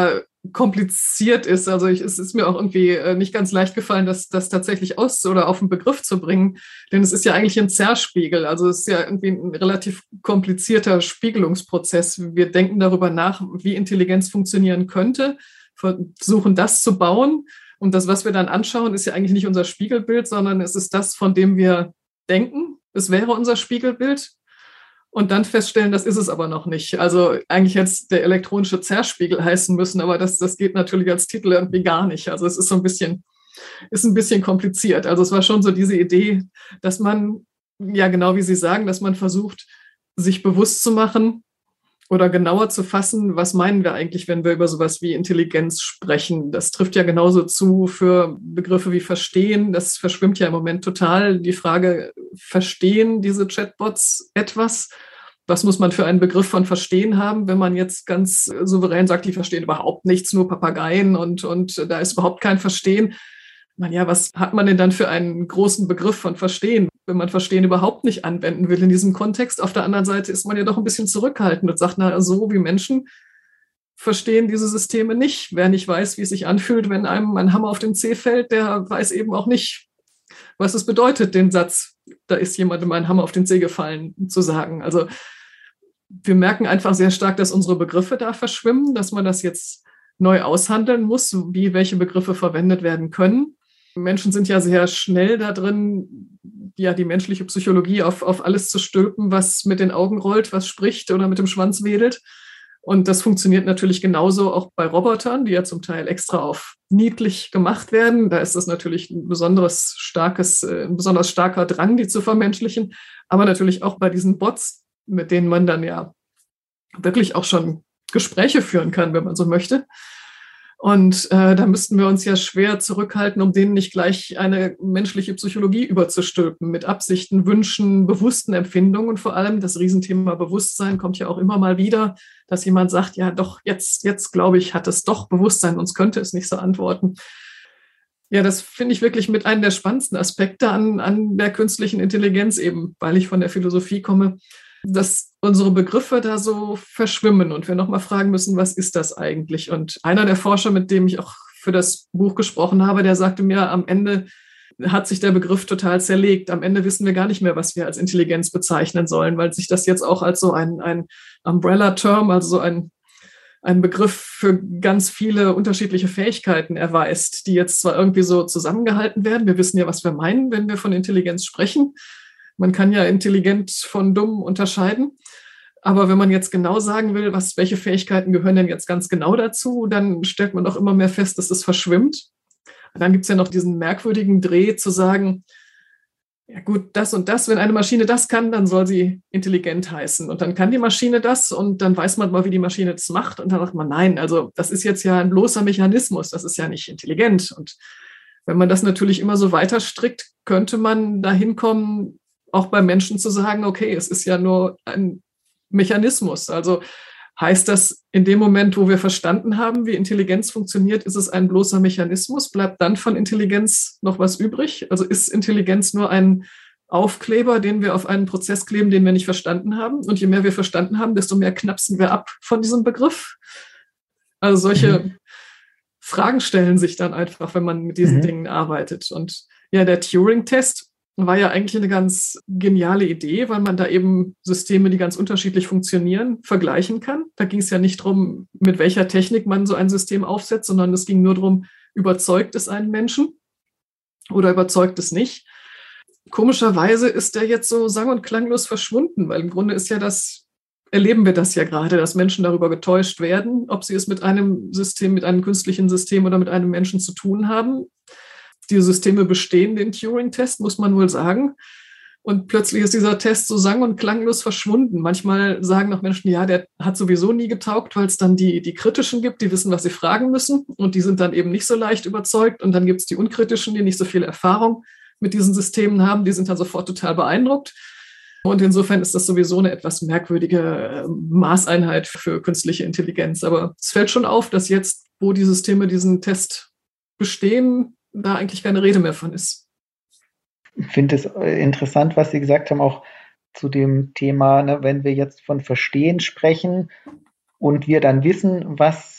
kompliziert ist. Also ich, es ist mir auch irgendwie äh, nicht ganz leicht gefallen, das, das tatsächlich aus oder auf den Begriff zu bringen, denn es ist ja eigentlich ein Zerspiegel. Also es ist ja irgendwie ein relativ komplizierter Spiegelungsprozess. Wir denken darüber nach, wie Intelligenz funktionieren könnte, versuchen das zu bauen. Und das, was wir dann anschauen, ist ja eigentlich nicht unser Spiegelbild, sondern es ist das, von dem wir denken, es wäre unser Spiegelbild. Und dann feststellen, das ist es aber noch nicht. Also eigentlich hätte es der elektronische Zerspiegel heißen müssen, aber das, das geht natürlich als Titel irgendwie gar nicht. Also es ist so ein bisschen, ist ein bisschen kompliziert. Also es war schon so diese Idee, dass man, ja genau wie Sie sagen, dass man versucht, sich bewusst zu machen oder genauer zu fassen, was meinen wir eigentlich, wenn wir über sowas wie Intelligenz sprechen. Das trifft ja genauso zu für Begriffe wie Verstehen. Das verschwimmt ja im Moment total. Die Frage, verstehen diese Chatbots etwas? Was muss man für einen Begriff von Verstehen haben, wenn man jetzt ganz souverän sagt, die verstehen überhaupt nichts, nur Papageien und, und da ist überhaupt kein Verstehen. Man, ja, was hat man denn dann für einen großen Begriff von Verstehen, wenn man Verstehen überhaupt nicht anwenden will in diesem Kontext? Auf der anderen Seite ist man ja doch ein bisschen zurückhaltend und sagt, na, so wie Menschen verstehen diese Systeme nicht. Wer nicht weiß, wie es sich anfühlt, wenn einem ein Hammer auf den Zeh fällt, der weiß eben auch nicht, was es bedeutet, den Satz, da ist jemandem ein Hammer auf den Zeh gefallen, zu sagen. Also wir merken einfach sehr stark, dass unsere Begriffe da verschwimmen, dass man das jetzt neu aushandeln muss, wie welche Begriffe verwendet werden können. Menschen sind ja sehr schnell da drin, ja, die menschliche Psychologie auf, auf alles zu stülpen, was mit den Augen rollt, was spricht oder mit dem Schwanz wedelt. Und das funktioniert natürlich genauso auch bei Robotern, die ja zum Teil extra auf niedlich gemacht werden. Da ist das natürlich ein besonderes starkes, ein besonders starker Drang, die zu vermenschlichen. Aber natürlich auch bei diesen Bots, mit denen man dann ja wirklich auch schon Gespräche führen kann, wenn man so möchte. Und äh, da müssten wir uns ja schwer zurückhalten, um denen nicht gleich eine menschliche Psychologie überzustülpen mit Absichten, Wünschen, bewussten Empfindungen. Und vor allem das Riesenthema Bewusstsein kommt ja auch immer mal wieder, dass jemand sagt, ja doch, jetzt, jetzt glaube ich, hat es doch Bewusstsein, sonst könnte es nicht so antworten. Ja, das finde ich wirklich mit einem der spannendsten Aspekte an, an der künstlichen Intelligenz, eben weil ich von der Philosophie komme, dass unsere Begriffe da so verschwimmen und wir nochmal fragen müssen, was ist das eigentlich? Und einer der Forscher, mit dem ich auch für das Buch gesprochen habe, der sagte mir, am Ende hat sich der Begriff total zerlegt. Am Ende wissen wir gar nicht mehr, was wir als Intelligenz bezeichnen sollen, weil sich das jetzt auch als so ein, ein Umbrella-Term, also so ein, ein Begriff für ganz viele unterschiedliche Fähigkeiten erweist, die jetzt zwar irgendwie so zusammengehalten werden. Wir wissen ja, was wir meinen, wenn wir von Intelligenz sprechen. Man kann ja intelligent von dumm unterscheiden. Aber wenn man jetzt genau sagen will, was, welche Fähigkeiten gehören denn jetzt ganz genau dazu, dann stellt man doch immer mehr fest, dass es verschwimmt. Und dann gibt es ja noch diesen merkwürdigen Dreh zu sagen, ja gut, das und das, wenn eine Maschine das kann, dann soll sie intelligent heißen. Und dann kann die Maschine das und dann weiß man mal, wie die Maschine das macht. Und dann sagt man, nein, also das ist jetzt ja ein bloßer Mechanismus, das ist ja nicht intelligent. Und wenn man das natürlich immer so weiter strickt, könnte man dahin kommen, auch bei Menschen zu sagen, okay, es ist ja nur ein Mechanismus. Also heißt das, in dem Moment, wo wir verstanden haben, wie Intelligenz funktioniert, ist es ein bloßer Mechanismus? Bleibt dann von Intelligenz noch was übrig? Also ist Intelligenz nur ein Aufkleber, den wir auf einen Prozess kleben, den wir nicht verstanden haben? Und je mehr wir verstanden haben, desto mehr knapsen wir ab von diesem Begriff. Also solche mhm. Fragen stellen sich dann einfach, wenn man mit diesen mhm. Dingen arbeitet. Und ja, der Turing-Test war ja eigentlich eine ganz geniale Idee, weil man da eben Systeme, die ganz unterschiedlich funktionieren, vergleichen kann. Da ging es ja nicht darum, mit welcher Technik man so ein System aufsetzt, sondern es ging nur darum, überzeugt es einen Menschen oder überzeugt es nicht. Komischerweise ist der jetzt so sang- und klanglos verschwunden, weil im Grunde ist ja das, erleben wir das ja gerade, dass Menschen darüber getäuscht werden, ob sie es mit einem System, mit einem künstlichen System oder mit einem Menschen zu tun haben. Die Systeme bestehen den Turing-Test, muss man wohl sagen. Und plötzlich ist dieser Test so sang- und klanglos verschwunden. Manchmal sagen noch Menschen, ja, der hat sowieso nie getaugt, weil es dann die, die Kritischen gibt, die wissen, was sie fragen müssen. Und die sind dann eben nicht so leicht überzeugt. Und dann gibt es die Unkritischen, die nicht so viel Erfahrung mit diesen Systemen haben. Die sind dann sofort total beeindruckt. Und insofern ist das sowieso eine etwas merkwürdige Maßeinheit für künstliche Intelligenz. Aber es fällt schon auf, dass jetzt, wo die Systeme diesen Test bestehen, da eigentlich keine Rede mehr von ist. Ich finde es interessant, was Sie gesagt haben, auch zu dem Thema, ne, wenn wir jetzt von Verstehen sprechen und wir dann wissen, was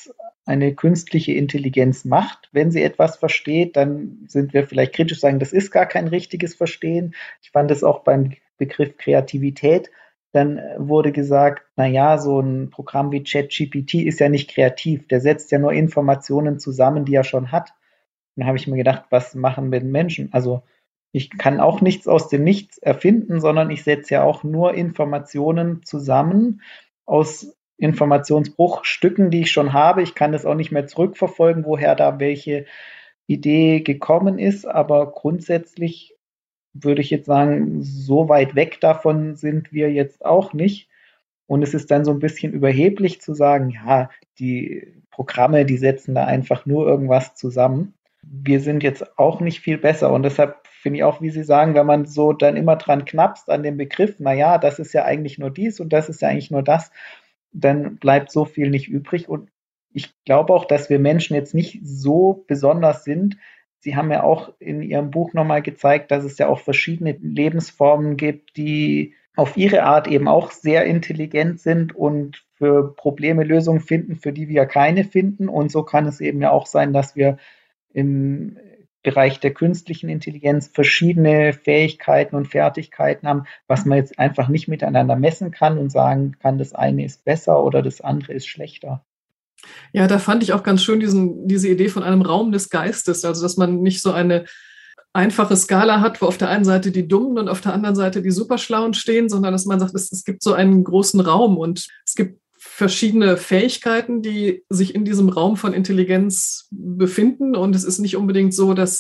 eine künstliche Intelligenz macht. Wenn sie etwas versteht, dann sind wir vielleicht kritisch, sagen, das ist gar kein richtiges Verstehen. Ich fand es auch beim Begriff Kreativität. Dann wurde gesagt, na ja, so ein Programm wie ChatGPT ist ja nicht kreativ. Der setzt ja nur Informationen zusammen, die er schon hat. Dann habe ich mir gedacht, was machen wir denn Menschen? Also ich kann auch nichts aus dem Nichts erfinden, sondern ich setze ja auch nur Informationen zusammen aus Informationsbruchstücken, die ich schon habe. Ich kann das auch nicht mehr zurückverfolgen, woher da welche Idee gekommen ist, aber grundsätzlich würde ich jetzt sagen, so weit weg davon sind wir jetzt auch nicht. Und es ist dann so ein bisschen überheblich zu sagen, ja, die Programme, die setzen da einfach nur irgendwas zusammen. Wir sind jetzt auch nicht viel besser. Und deshalb finde ich auch, wie Sie sagen, wenn man so dann immer dran knappst an dem Begriff, na ja, das ist ja eigentlich nur dies und das ist ja eigentlich nur das, dann bleibt so viel nicht übrig. Und ich glaube auch, dass wir Menschen jetzt nicht so besonders sind. Sie haben ja auch in Ihrem Buch nochmal gezeigt, dass es ja auch verschiedene Lebensformen gibt, die auf ihre Art eben auch sehr intelligent sind und für Probleme Lösungen finden, für die wir keine finden. Und so kann es eben ja auch sein, dass wir im Bereich der künstlichen Intelligenz verschiedene Fähigkeiten und Fertigkeiten haben, was man jetzt einfach nicht miteinander messen kann und sagen kann, das eine ist besser oder das andere ist schlechter. Ja, da fand ich auch ganz schön diesen, diese Idee von einem Raum des Geistes, also dass man nicht so eine einfache Skala hat, wo auf der einen Seite die Dummen und auf der anderen Seite die Superschlauen stehen, sondern dass man sagt, es, es gibt so einen großen Raum und es gibt verschiedene Fähigkeiten, die sich in diesem Raum von Intelligenz befinden. Und es ist nicht unbedingt so, dass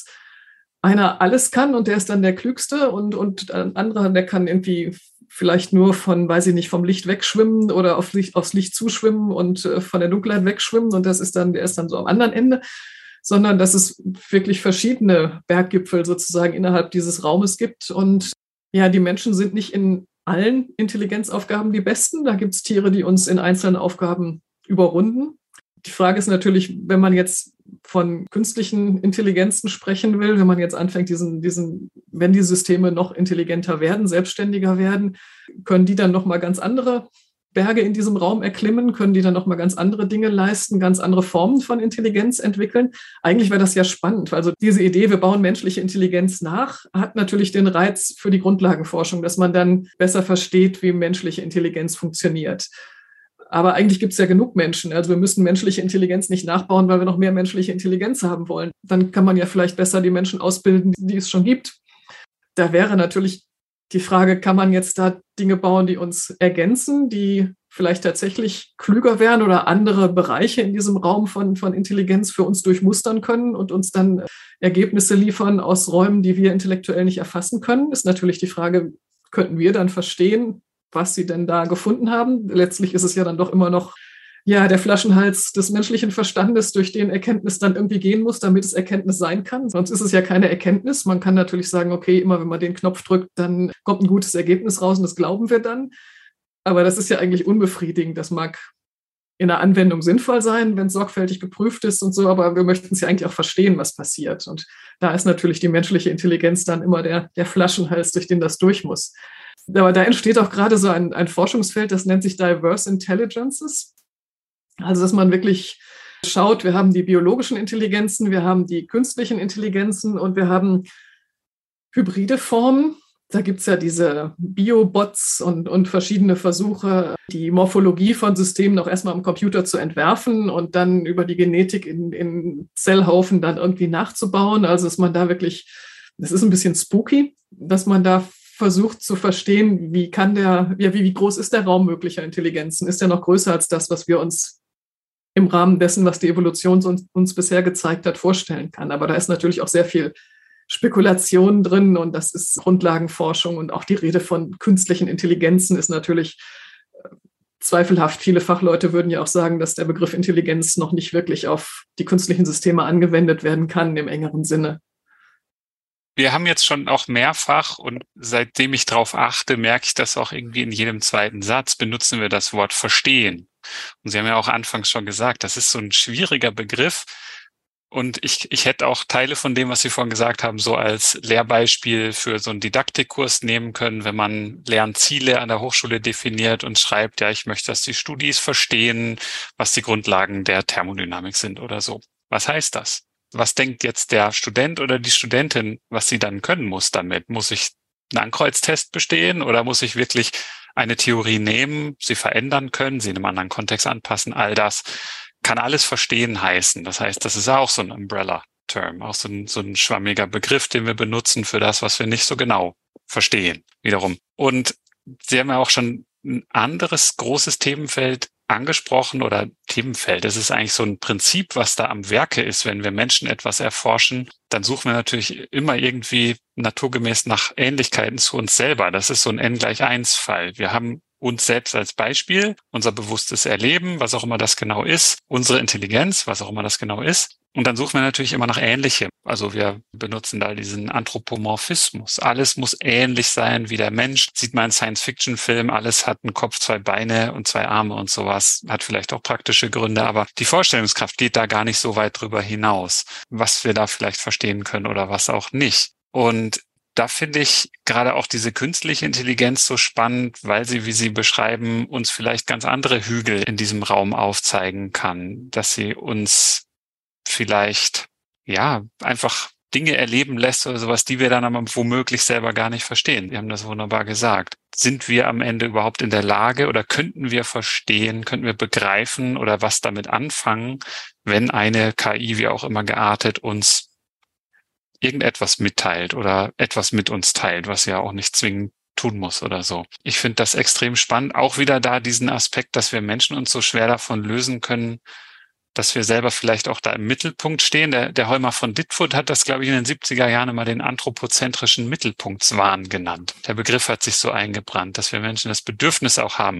einer alles kann und der ist dann der Klügste und, und ein anderer, der kann irgendwie vielleicht nur von, weiß ich nicht, vom Licht wegschwimmen oder auf Licht, aufs Licht zuschwimmen und äh, von der Dunkelheit wegschwimmen und das ist dann, der ist dann so am anderen Ende, sondern dass es wirklich verschiedene Berggipfel sozusagen innerhalb dieses Raumes gibt. Und ja, die Menschen sind nicht in allen Intelligenzaufgaben die besten. Da gibt es Tiere, die uns in einzelnen Aufgaben überrunden. Die Frage ist natürlich, wenn man jetzt von künstlichen Intelligenzen sprechen will, wenn man jetzt anfängt, diesen, diesen, wenn die Systeme noch intelligenter werden, selbstständiger werden, können die dann nochmal ganz andere Berge in diesem Raum erklimmen, können die dann nochmal ganz andere Dinge leisten, ganz andere Formen von Intelligenz entwickeln. Eigentlich wäre das ja spannend. Also diese Idee, wir bauen menschliche Intelligenz nach, hat natürlich den Reiz für die Grundlagenforschung, dass man dann besser versteht, wie menschliche Intelligenz funktioniert. Aber eigentlich gibt es ja genug Menschen. Also wir müssen menschliche Intelligenz nicht nachbauen, weil wir noch mehr menschliche Intelligenz haben wollen. Dann kann man ja vielleicht besser die Menschen ausbilden, die es schon gibt. Da wäre natürlich die Frage, kann man jetzt da Dinge bauen, die uns ergänzen, die vielleicht tatsächlich klüger werden oder andere Bereiche in diesem Raum von, von Intelligenz für uns durchmustern können und uns dann Ergebnisse liefern aus Räumen, die wir intellektuell nicht erfassen können? Ist natürlich die Frage, könnten wir dann verstehen, was sie denn da gefunden haben? Letztlich ist es ja dann doch immer noch ja, der Flaschenhals des menschlichen Verstandes, durch den Erkenntnis dann irgendwie gehen muss, damit es Erkenntnis sein kann. Sonst ist es ja keine Erkenntnis. Man kann natürlich sagen, okay, immer wenn man den Knopf drückt, dann kommt ein gutes Ergebnis raus und das glauben wir dann. Aber das ist ja eigentlich unbefriedigend. Das mag in der Anwendung sinnvoll sein, wenn es sorgfältig geprüft ist und so, aber wir möchten es ja eigentlich auch verstehen, was passiert. Und da ist natürlich die menschliche Intelligenz dann immer der, der Flaschenhals, durch den das durch muss. Aber da entsteht auch gerade so ein, ein Forschungsfeld, das nennt sich Diverse Intelligences. Also, dass man wirklich schaut, wir haben die biologischen Intelligenzen, wir haben die künstlichen Intelligenzen und wir haben hybride Formen. Da gibt es ja diese Biobots und, und verschiedene Versuche, die Morphologie von Systemen auch erstmal am Computer zu entwerfen und dann über die Genetik in, in Zellhaufen dann irgendwie nachzubauen. Also, dass man da wirklich, das ist ein bisschen spooky, dass man da versucht zu verstehen, wie kann der, ja, wie, wie groß ist der Raum möglicher Intelligenzen? Ist der noch größer als das, was wir uns im Rahmen dessen, was die Evolution uns, uns bisher gezeigt hat, vorstellen kann? Aber da ist natürlich auch sehr viel Spekulation drin und das ist Grundlagenforschung und auch die Rede von künstlichen Intelligenzen ist natürlich äh, zweifelhaft. Viele Fachleute würden ja auch sagen, dass der Begriff Intelligenz noch nicht wirklich auf die künstlichen Systeme angewendet werden kann im engeren Sinne. Wir haben jetzt schon auch mehrfach und seitdem ich darauf achte, merke ich das auch irgendwie in jedem zweiten Satz, benutzen wir das Wort verstehen. Und Sie haben ja auch anfangs schon gesagt, das ist so ein schwieriger Begriff. Und ich, ich hätte auch Teile von dem, was Sie vorhin gesagt haben, so als Lehrbeispiel für so einen Didaktikkurs nehmen können, wenn man Lernziele an der Hochschule definiert und schreibt, ja, ich möchte, dass die Studis verstehen, was die Grundlagen der Thermodynamik sind oder so. Was heißt das? Was denkt jetzt der Student oder die Studentin, was sie dann können muss damit? Muss ich einen Ankreuztest bestehen oder muss ich wirklich eine Theorie nehmen, sie verändern können, sie in einem anderen Kontext anpassen? All das kann alles verstehen heißen. Das heißt, das ist auch so ein Umbrella-Term, auch so ein, so ein schwammiger Begriff, den wir benutzen für das, was wir nicht so genau verstehen, wiederum. Und Sie haben ja auch schon ein anderes großes Themenfeld angesprochen oder Themenfeld. Das ist eigentlich so ein Prinzip, was da am Werke ist. Wenn wir Menschen etwas erforschen, dann suchen wir natürlich immer irgendwie naturgemäß nach Ähnlichkeiten zu uns selber. Das ist so ein N gleich eins Fall. Wir haben uns selbst als Beispiel, unser bewusstes Erleben, was auch immer das genau ist, unsere Intelligenz, was auch immer das genau ist. Und dann suchen wir natürlich immer nach Ähnlichem. Also wir benutzen da diesen Anthropomorphismus. Alles muss ähnlich sein wie der Mensch. Sieht man in Science-Fiction-Filmen, alles hat einen Kopf, zwei Beine und zwei Arme und sowas. Hat vielleicht auch praktische Gründe, aber die Vorstellungskraft geht da gar nicht so weit drüber hinaus, was wir da vielleicht verstehen können oder was auch nicht. Und da finde ich gerade auch diese künstliche Intelligenz so spannend, weil sie, wie Sie beschreiben, uns vielleicht ganz andere Hügel in diesem Raum aufzeigen kann, dass sie uns vielleicht, ja, einfach Dinge erleben lässt oder sowas, die wir dann aber womöglich selber gar nicht verstehen. Sie haben das wunderbar gesagt. Sind wir am Ende überhaupt in der Lage oder könnten wir verstehen, könnten wir begreifen oder was damit anfangen, wenn eine K I, wie auch immer geartet, uns irgendetwas mitteilt oder etwas mit uns teilt, was ja auch nicht zwingend tun muss oder so. Ich finde das extrem spannend. Auch wieder da diesen Aspekt, dass wir Menschen uns so schwer davon lösen können, dass wir selber vielleicht auch da im Mittelpunkt stehen. Der, der Holmer von Ditfurth hat das, glaube ich, in den siebziger Jahren immer den anthropozentrischen Mittelpunktswahn genannt. Der Begriff hat sich so eingebrannt, dass wir Menschen das Bedürfnis auch haben,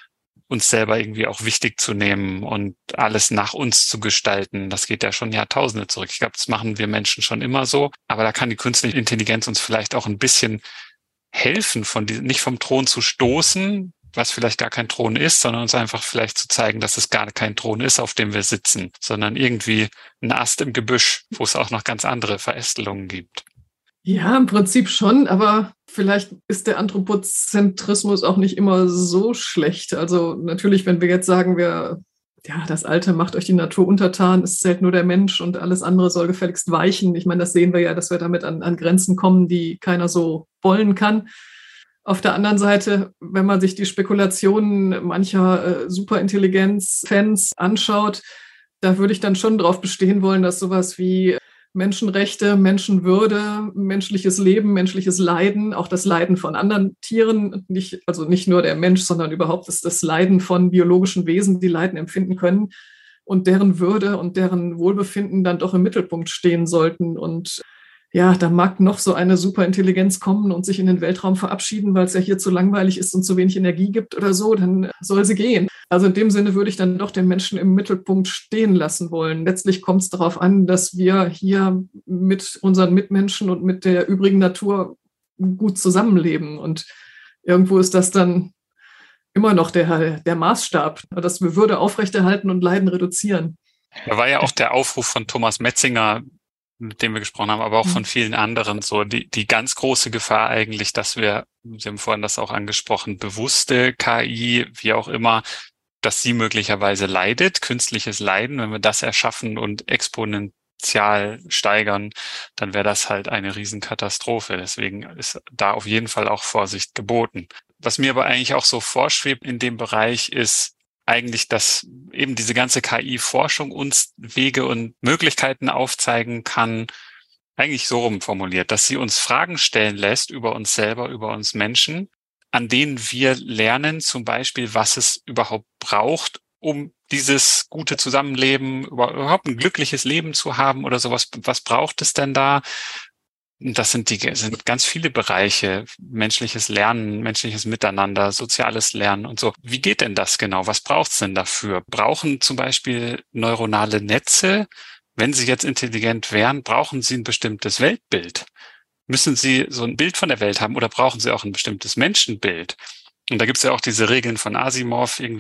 uns selber irgendwie auch wichtig zu nehmen und alles nach uns zu gestalten. Das geht ja schon Jahrtausende zurück. Ich glaube, das machen wir Menschen schon immer so. Aber da kann die künstliche Intelligenz uns vielleicht auch ein bisschen helfen, von die, nicht vom Thron zu stoßen, was vielleicht gar kein Thron ist, sondern uns einfach vielleicht zu zeigen, dass es gar kein Thron ist, auf dem wir sitzen, sondern irgendwie ein Ast im Gebüsch, wo es auch noch ganz andere Verästelungen gibt. Ja, im Prinzip schon, aber vielleicht ist der Anthropozentrismus auch nicht immer so schlecht. Also natürlich, wenn wir jetzt sagen, wir, ja, das Alte macht euch die Natur untertan, es zählt nur der Mensch und alles andere soll gefälligst weichen. Ich meine, das sehen wir ja, dass wir damit an, an Grenzen kommen, die keiner so wollen kann. Auf der anderen Seite, wenn man sich die Spekulationen mancher äh, Superintelligenz-Fans anschaut, da würde ich dann schon drauf bestehen wollen, dass sowas wie Menschenrechte, Menschenwürde, menschliches Leben, menschliches Leiden, auch das Leiden von anderen Tieren, nicht, also nicht nur der Mensch, sondern überhaupt das, das Leiden von biologischen Wesen, die Leiden empfinden können und deren Würde und deren Wohlbefinden dann doch im Mittelpunkt stehen sollten. Und ja, da mag noch so eine Superintelligenz kommen und sich in den Weltraum verabschieden, weil es ja hier zu langweilig ist und zu wenig Energie gibt oder so, dann soll sie gehen. Also in dem Sinne würde ich dann doch den Menschen im Mittelpunkt stehen lassen wollen. Letztlich kommt es darauf an, dass wir hier mit unseren Mitmenschen und mit der übrigen Natur gut zusammenleben. Und irgendwo ist das dann immer noch der, der Maßstab, dass wir Würde aufrechterhalten und Leiden reduzieren. Da war ja auch der Aufruf von Thomas Metzinger, mit dem wir gesprochen haben, aber auch von vielen anderen, so die, die ganz große Gefahr eigentlich, dass wir, Sie haben vorhin das auch angesprochen, bewusste K I, wie auch immer, dass sie möglicherweise leidet, künstliches Leiden, wenn wir das erschaffen und exponentiell steigern, dann wäre das halt eine Riesenkatastrophe. Deswegen ist da auf jeden Fall auch Vorsicht geboten. Was mir aber eigentlich auch so vorschwebt in dem Bereich ist, eigentlich, dass eben diese ganze K I-Forschung uns Wege und Möglichkeiten aufzeigen kann, eigentlich so rum formuliert, dass sie uns Fragen stellen lässt über uns selber, über uns Menschen, an denen wir lernen, zum Beispiel, was es überhaupt braucht, um dieses gute Zusammenleben, überhaupt ein glückliches Leben zu haben oder sowas. Was braucht es denn da? Das sind die, sind ganz viele Bereiche, menschliches Lernen, menschliches Miteinander, soziales Lernen und so. Wie geht denn das genau? Was braucht's denn dafür? Brauchen zum Beispiel neuronale Netze, wenn sie jetzt intelligent wären, brauchen sie ein bestimmtes Weltbild? Müssen sie so ein Bild von der Welt haben oder brauchen sie auch ein bestimmtes Menschenbild? Und da gibt's ja auch diese Regeln von Asimov, irgendwie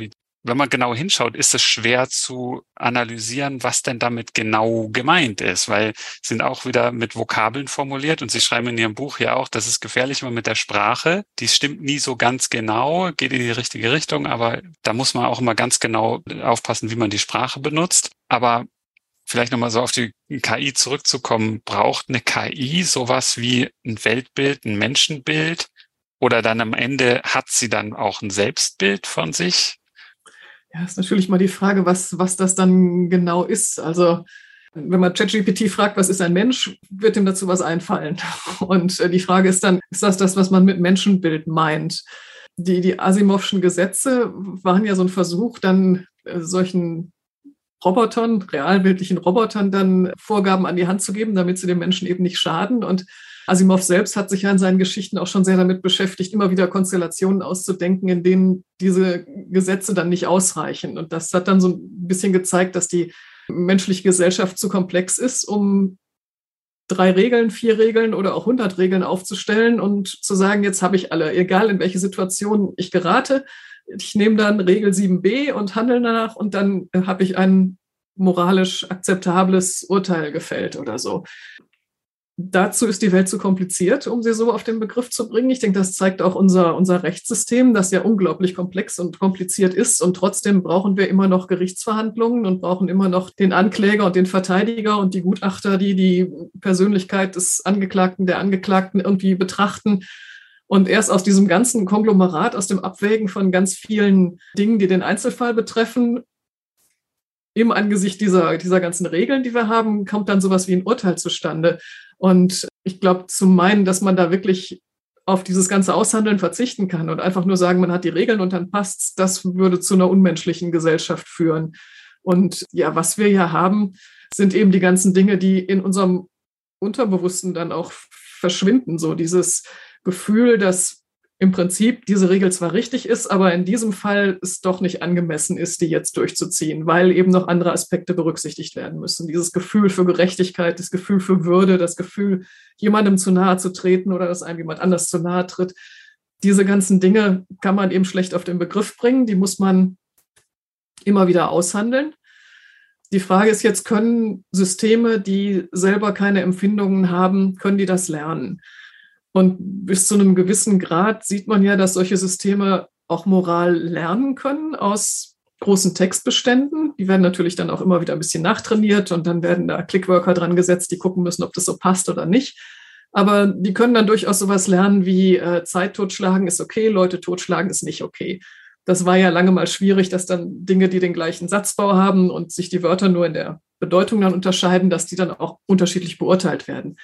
wenn man genau hinschaut, ist es schwer zu analysieren, was denn damit genau gemeint ist, weil sie sind auch wieder mit Vokabeln formuliert und Sie schreiben in Ihrem Buch ja auch, das ist gefährlich immer mit der Sprache. Die stimmt nie so ganz genau, geht in die richtige Richtung, aber da muss man auch immer ganz genau aufpassen, wie man die Sprache benutzt. Aber vielleicht nochmal so auf die K I zurückzukommen, braucht eine K I sowas wie ein Weltbild, ein Menschenbild oder dann am Ende hat sie dann auch ein Selbstbild von sich? Ja, ist natürlich mal die Frage, was, was das dann genau ist. Also wenn man ChatGPT fragt, was ist ein Mensch, wird ihm dazu was einfallen. Und die Frage ist dann, ist das das, was man mit Menschenbild meint? Die, die Asimovschen Gesetze waren ja so ein Versuch, dann äh, solchen Robotern, realbildlichen Robotern dann Vorgaben an die Hand zu geben, damit sie den Menschen eben nicht schaden. Und Asimov selbst hat sich ja in seinen Geschichten auch schon sehr damit beschäftigt, immer wieder Konstellationen auszudenken, in denen diese Gesetze dann nicht ausreichen. Und das hat dann so ein bisschen gezeigt, dass die menschliche Gesellschaft zu komplex ist, um drei Regeln, vier Regeln oder auch hundert Regeln aufzustellen und zu sagen, jetzt habe ich alle, egal in welche Situation ich gerate. Ich nehme dann Regel sieben b und handle danach und dann habe ich ein moralisch akzeptables Urteil gefällt oder so. Dazu ist die Welt zu kompliziert, um sie so auf den Begriff zu bringen. Ich denke, das zeigt auch unser, unser Rechtssystem, das ja unglaublich komplex und kompliziert ist. Und trotzdem brauchen wir immer noch Gerichtsverhandlungen und brauchen immer noch den Ankläger und den Verteidiger und die Gutachter, die die Persönlichkeit des Angeklagten, der Angeklagten irgendwie betrachten. Und erst aus diesem ganzen Konglomerat, aus dem Abwägen von ganz vielen Dingen, die den Einzelfall betreffen, im Angesicht dieser, dieser ganzen Regeln, die wir haben, kommt dann sowas wie ein Urteil zustande. Und ich glaube, zu meinen, dass man da wirklich auf dieses ganze Aushandeln verzichten kann und einfach nur sagen, man hat die Regeln und dann passt's, das würde zu einer unmenschlichen Gesellschaft führen. Und ja, was wir ja haben, sind eben die ganzen Dinge, die in unserem Unterbewussten dann auch verschwinden. So dieses Gefühl, dass im Prinzip diese Regel zwar richtig ist, aber in diesem Fall es doch nicht angemessen ist, die jetzt durchzuziehen, weil eben noch andere Aspekte berücksichtigt werden müssen. Dieses Gefühl für Gerechtigkeit, das Gefühl für Würde, das Gefühl, jemandem zu nahe zu treten oder dass einem jemand anders zu nahe tritt. Diese ganzen Dinge kann man eben schlecht auf den Begriff bringen, die muss man immer wieder aushandeln. Die Frage ist jetzt, können Systeme, die selber keine Empfindungen haben, können die das lernen? Und bis zu einem gewissen Grad sieht man ja, dass solche Systeme auch Moral lernen können aus großen Textbeständen. Die werden natürlich dann auch immer wieder ein bisschen nachtrainiert und dann werden da Clickworker dran gesetzt, die gucken müssen, ob das so passt oder nicht. Aber die können dann durchaus sowas lernen wie äh, Zeit totschlagen ist okay, Leute totschlagen ist nicht okay. Das war ja lange mal schwierig, dass dann Dinge, die den gleichen Satzbau haben und sich die Wörter nur in der Bedeutung dann unterscheiden, dass die dann auch unterschiedlich beurteilt werden.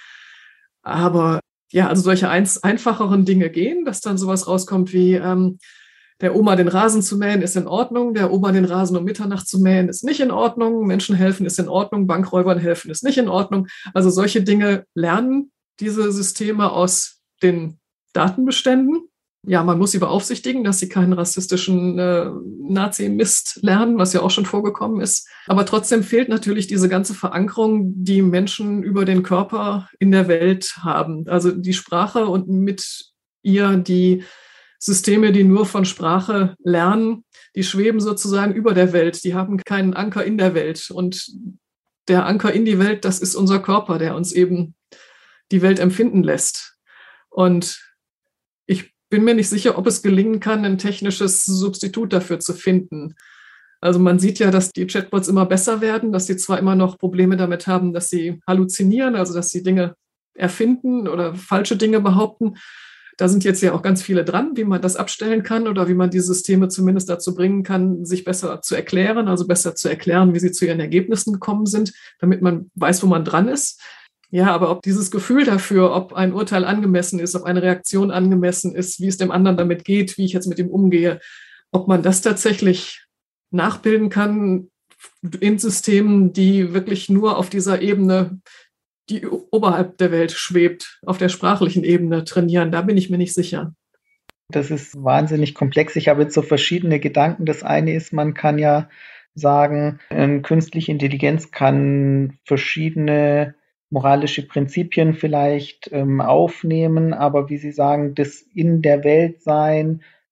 Aber ja, also solche eins, einfacheren Dinge gehen, dass dann sowas rauskommt wie ähm, der Oma den Rasen zu mähen ist in Ordnung, der Oma den Rasen um Mitternacht zu mähen ist nicht in Ordnung, Menschen helfen ist in Ordnung, Bankräubern helfen ist nicht in Ordnung. Also solche Dinge lernen diese Systeme aus den Datenbeständen. Ja, man muss sie beaufsichtigen, dass sie keinen rassistischen äh, Nazi-Mist lernen, was ja auch schon vorgekommen ist. Aber trotzdem fehlt natürlich diese ganze Verankerung, die Menschen über den Körper in der Welt haben. Also die Sprache und mit ihr die Systeme, die nur von Sprache lernen, die schweben sozusagen über der Welt. Die haben keinen Anker in der Welt. Und der Anker in die Welt, das ist unser Körper, der uns eben die Welt empfinden lässt. Und ich bin mir nicht sicher, ob es gelingen kann, ein technisches Substitut dafür zu finden. Also man sieht ja, dass die Chatbots immer besser werden, dass sie zwar immer noch Probleme damit haben, dass sie halluzinieren, also dass sie Dinge erfinden oder falsche Dinge behaupten. Da sind jetzt ja auch ganz viele dran, wie man das abstellen kann oder wie man die Systeme zumindest dazu bringen kann, sich besser zu erklären, also besser zu erklären, wie sie zu ihren Ergebnissen gekommen sind, damit man weiß, wo man dran ist. Ja, aber ob dieses Gefühl dafür, ob ein Urteil angemessen ist, ob eine Reaktion angemessen ist, wie es dem anderen damit geht, wie ich jetzt mit ihm umgehe, ob man das tatsächlich nachbilden kann in Systemen, die wirklich nur auf dieser Ebene, die oberhalb der Welt schwebt, auf der sprachlichen Ebene trainieren, da bin ich mir nicht sicher. Das ist wahnsinnig komplex. Ich habe jetzt so verschiedene Gedanken. Das eine ist, man kann ja sagen, künstliche Intelligenz kann verschiedene moralische Prinzipien vielleicht ähm, aufnehmen, aber wie Sie sagen, das in der Welt sein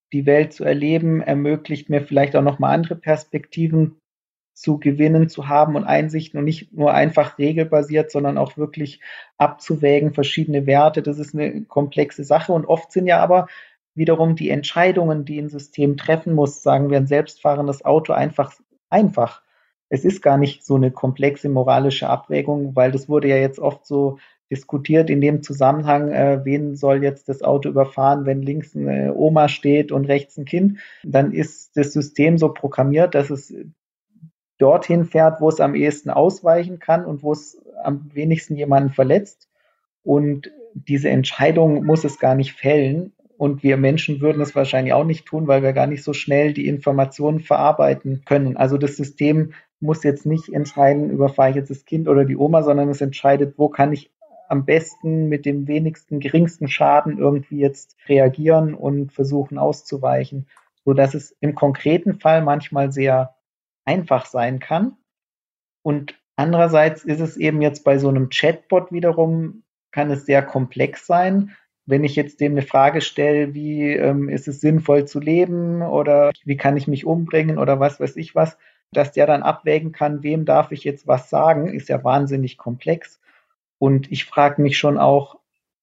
die Welt zu erleben, ermöglicht mir vielleicht auch nochmal andere Perspektiven zu gewinnen, zu haben und Einsichten und nicht nur einfach regelbasiert, sondern auch wirklich abzuwägen, verschiedene Werte. Das ist eine komplexe Sache und oft sind ja aber wiederum die Entscheidungen, die ein System treffen muss, sagen wir ein selbstfahrendes Auto, einfach einfach. Es ist gar nicht so eine komplexe moralische Abwägung, weil das wurde ja jetzt oft so diskutiert in dem Zusammenhang, äh, wen soll jetzt das Auto überfahren, wenn links eine Oma steht und rechts ein Kind. Dann ist das System so programmiert, dass es dorthin fährt, wo es am ehesten ausweichen kann und wo es am wenigsten jemanden verletzt. Und diese Entscheidung muss es gar nicht fällen. Und wir Menschen würden es wahrscheinlich auch nicht tun, weil wir gar nicht so schnell die Informationen verarbeiten können. Also das System muss jetzt nicht entscheiden, überfahre ich jetzt das Kind oder die Oma, sondern es entscheidet, wo kann ich am besten mit dem wenigsten, geringsten Schaden irgendwie jetzt reagieren und versuchen auszuweichen, sodass es im konkreten Fall manchmal sehr einfach sein kann. Und andererseits ist es eben jetzt bei so einem Chatbot wiederum, kann es sehr komplex sein. Wenn ich jetzt dem eine Frage stelle, wie ähm, ist es sinnvoll zu leben oder wie kann ich mich umbringen oder was weiß ich was, dass der dann abwägen kann, wem darf ich jetzt was sagen, ist ja wahnsinnig komplex. Und ich frage mich schon auch,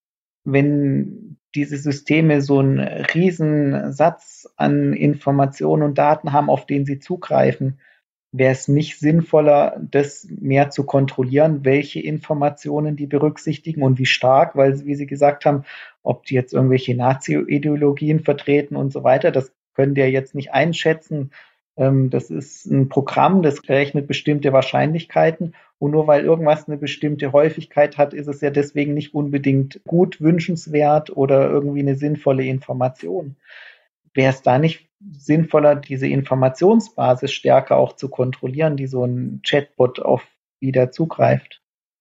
wenn diese Systeme so einen riesen Satz an Informationen und Daten haben, auf den sie zugreifen, wäre es nicht sinnvoller, das mehr zu kontrollieren, welche Informationen die berücksichtigen und wie stark, weil, wie Sie gesagt haben, ob die jetzt irgendwelche Nazi-Ideologien vertreten und so weiter, das können die ja jetzt nicht einschätzen. Das ist ein Programm, das berechnet bestimmte Wahrscheinlichkeiten und nur weil irgendwas eine bestimmte Häufigkeit hat, ist es ja deswegen nicht unbedingt gut, wünschenswert oder irgendwie eine sinnvolle Information. Wäre es da nicht sinnvoller, diese Informationsbasis stärker auch zu kontrollieren, die so ein Chatbot auf wieder zugreift?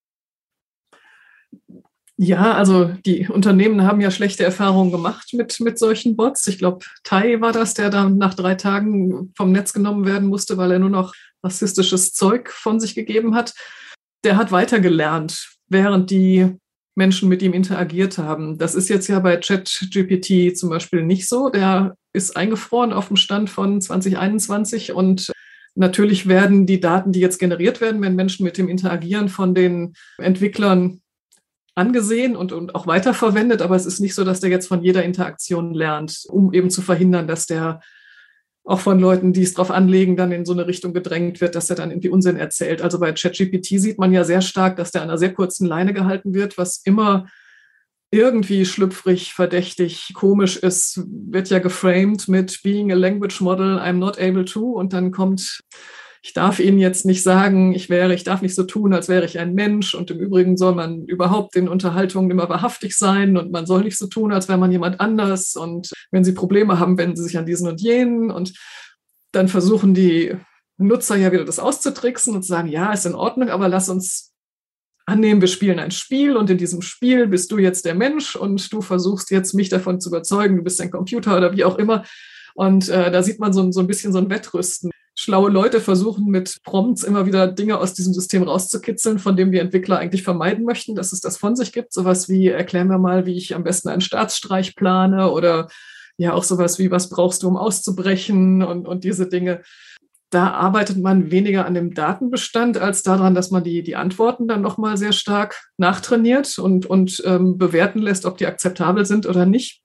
Ja, also die Unternehmen haben ja schlechte Erfahrungen gemacht mit, mit solchen Bots. Ich glaube, Tai war das, der dann nach drei Tagen vom Netz genommen werden musste, weil er nur noch rassistisches Zeug von sich gegeben hat. Der hat weitergelernt, während die Menschen mit ihm interagiert haben. Das ist jetzt ja bei ChatGPT zum Beispiel nicht so. Der ist eingefroren auf dem Stand von zwanzig einundzwanzig und natürlich werden die Daten, die jetzt generiert werden, wenn Menschen mit dem interagieren, von den Entwicklern angesehen und, und auch weiterverwendet, aber es ist nicht so, dass der jetzt von jeder Interaktion lernt, um eben zu verhindern, dass der auch von Leuten, die es drauf anlegen, dann in so eine Richtung gedrängt wird, dass er dann irgendwie Unsinn erzählt. Also bei ChatGPT sieht man ja sehr stark, dass der an einer sehr kurzen Leine gehalten wird, was immer irgendwie schlüpfrig, verdächtig, komisch ist, wird ja geframed mit being a language model, I'm not able to, und dann kommt, ich darf Ihnen jetzt nicht sagen, ich wäre, ich darf nicht so tun, als wäre ich ein Mensch, und im Übrigen soll man überhaupt in Unterhaltungen immer wahrhaftig sein und man soll nicht so tun, als wäre man jemand anders, und wenn Sie Probleme haben, wenden Sie sich an diesen und jenen, und dann versuchen die Nutzer ja wieder das auszutricksen und zu sagen, ja, ist in Ordnung, aber lass uns annehmen, wir spielen ein Spiel und in diesem Spiel bist du jetzt der Mensch und du versuchst jetzt mich davon zu überzeugen, du bist ein Computer oder wie auch immer, und äh, da sieht man so, so ein bisschen so ein Wettrüsten. Schlaue Leute versuchen mit Prompts immer wieder Dinge aus diesem System rauszukitzeln, von dem die Entwickler eigentlich vermeiden möchten, dass es das von sich gibt. Sowas wie, erklär mir mal, wie ich am besten einen Staatsstreich plane, oder ja auch sowas wie, was brauchst du, um auszubrechen, und, und diese Dinge. Da arbeitet man weniger an dem Datenbestand als daran, dass man die, die Antworten dann nochmal sehr stark nachtrainiert und, und ähm, bewerten lässt, ob die akzeptabel sind oder nicht.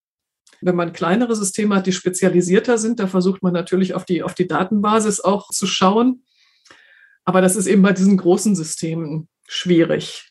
Wenn man kleinere Systeme hat, die spezialisierter sind, da versucht man natürlich auf die, auf die Datenbasis auch zu schauen. Aber das ist eben bei diesen großen Systemen schwierig.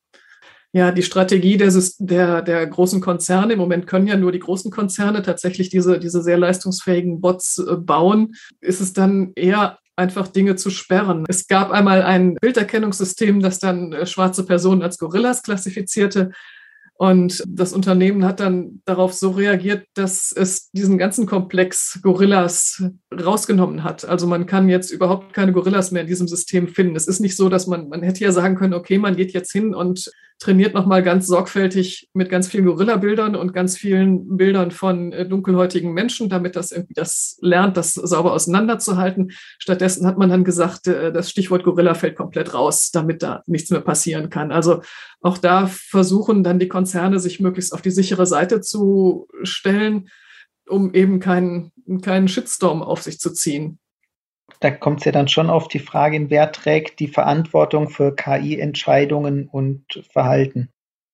Ja, die Strategie der, der, der großen Konzerne, im Moment können ja nur die großen Konzerne tatsächlich diese, diese sehr leistungsfähigen Bots äh, bauen, ist es dann eher einfach Dinge zu sperren. Es gab einmal ein Bilderkennungssystem, das dann äh, schwarze Personen als Gorillas klassifizierte. Und das Unternehmen hat dann darauf so reagiert, dass es diesen ganzen Komplex Gorillas rausgenommen hat. Also man kann jetzt überhaupt keine Gorillas mehr in diesem System finden. Es ist nicht so, dass man, man hätte ja sagen können, okay, man geht jetzt hin und trainiert nochmal ganz sorgfältig mit ganz vielen Gorilla-Bildern und ganz vielen Bildern von dunkelhäutigen Menschen, damit das irgendwie das lernt, das sauber auseinanderzuhalten. Stattdessen hat man dann gesagt, das Stichwort Gorilla fällt komplett raus, damit da nichts mehr passieren kann. Also auch da versuchen dann die Konzerne, sich möglichst auf die sichere Seite zu stellen. um eben keinen, keinen Shitstorm auf sich zu ziehen. Da kommt es ja dann schon auf die Frage, in wer trägt die Verantwortung für K I-Entscheidungen und Verhalten.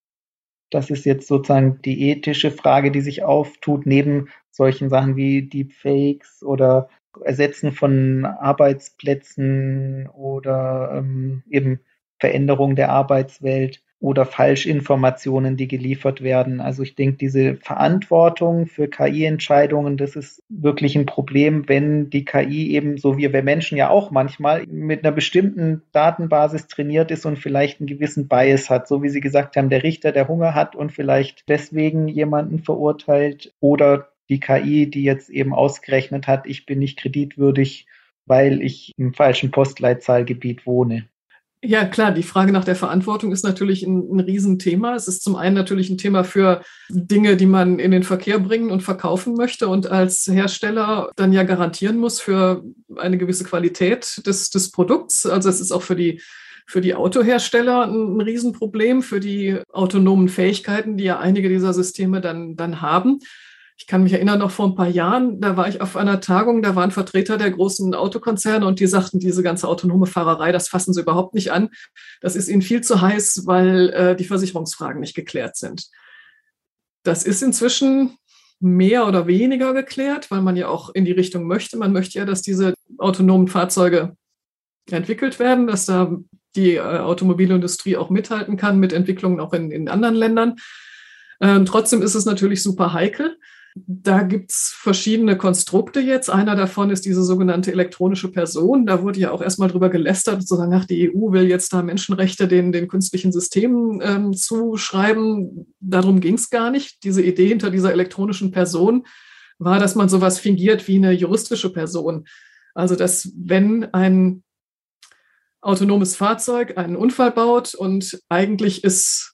Das ist jetzt sozusagen die ethische Frage, die sich auftut, neben solchen Sachen wie Deepfakes oder Ersetzen von Arbeitsplätzen oder ähm, eben Veränderung der Arbeitswelt oder Falschinformationen, die geliefert werden. Also ich denke, diese Verantwortung für K I-Entscheidungen, das ist wirklich ein Problem, wenn die K I eben, so wie wir Menschen ja auch manchmal, mit einer bestimmten Datenbasis trainiert ist und vielleicht einen gewissen Bias hat. So wie Sie gesagt haben, der Richter, der Hunger hat und vielleicht deswegen jemanden verurteilt, oder die K I, die jetzt eben ausgerechnet hat, ich bin nicht kreditwürdig, weil ich im falschen Postleitzahlgebiet wohne. Ja, klar, die Frage nach der Verantwortung ist natürlich ein, ein Riesenthema. Es ist zum einen natürlich ein Thema für Dinge, die man in den Verkehr bringen und verkaufen möchte und als Hersteller dann ja garantieren muss für eine gewisse Qualität des, des Produkts. Also es ist auch für die, für die Autohersteller ein, ein Riesenproblem, für die autonomen Fähigkeiten, die ja einige dieser Systeme dann, dann haben. Ich kann mich erinnern, noch vor ein paar Jahren, da war ich auf einer Tagung, da waren Vertreter der großen Autokonzerne und die sagten, diese ganze autonome Fahrerei, das fassen sie überhaupt nicht an. Das ist ihnen viel zu heiß, weil äh, die Versicherungsfragen nicht geklärt sind. Das ist inzwischen mehr oder weniger geklärt, weil man ja auch in die Richtung möchte. Man möchte ja, dass diese autonomen Fahrzeuge entwickelt werden, dass da die äh, Automobilindustrie auch mithalten kann mit Entwicklungen auch in, in anderen Ländern. Ähm, trotzdem ist es natürlich super heikel. Da gibt's verschiedene Konstrukte jetzt. Einer davon ist diese sogenannte elektronische Person. Da wurde ja auch erstmal drüber gelästert, zu sagen, ach, die E U will jetzt da Menschenrechte den, den künstlichen Systemen ähm, zuschreiben. Darum ging's gar nicht. Diese Idee hinter dieser elektronischen Person war, dass man sowas fingiert wie eine juristische Person. Also, dass wenn ein autonomes Fahrzeug einen Unfall baut und eigentlich ist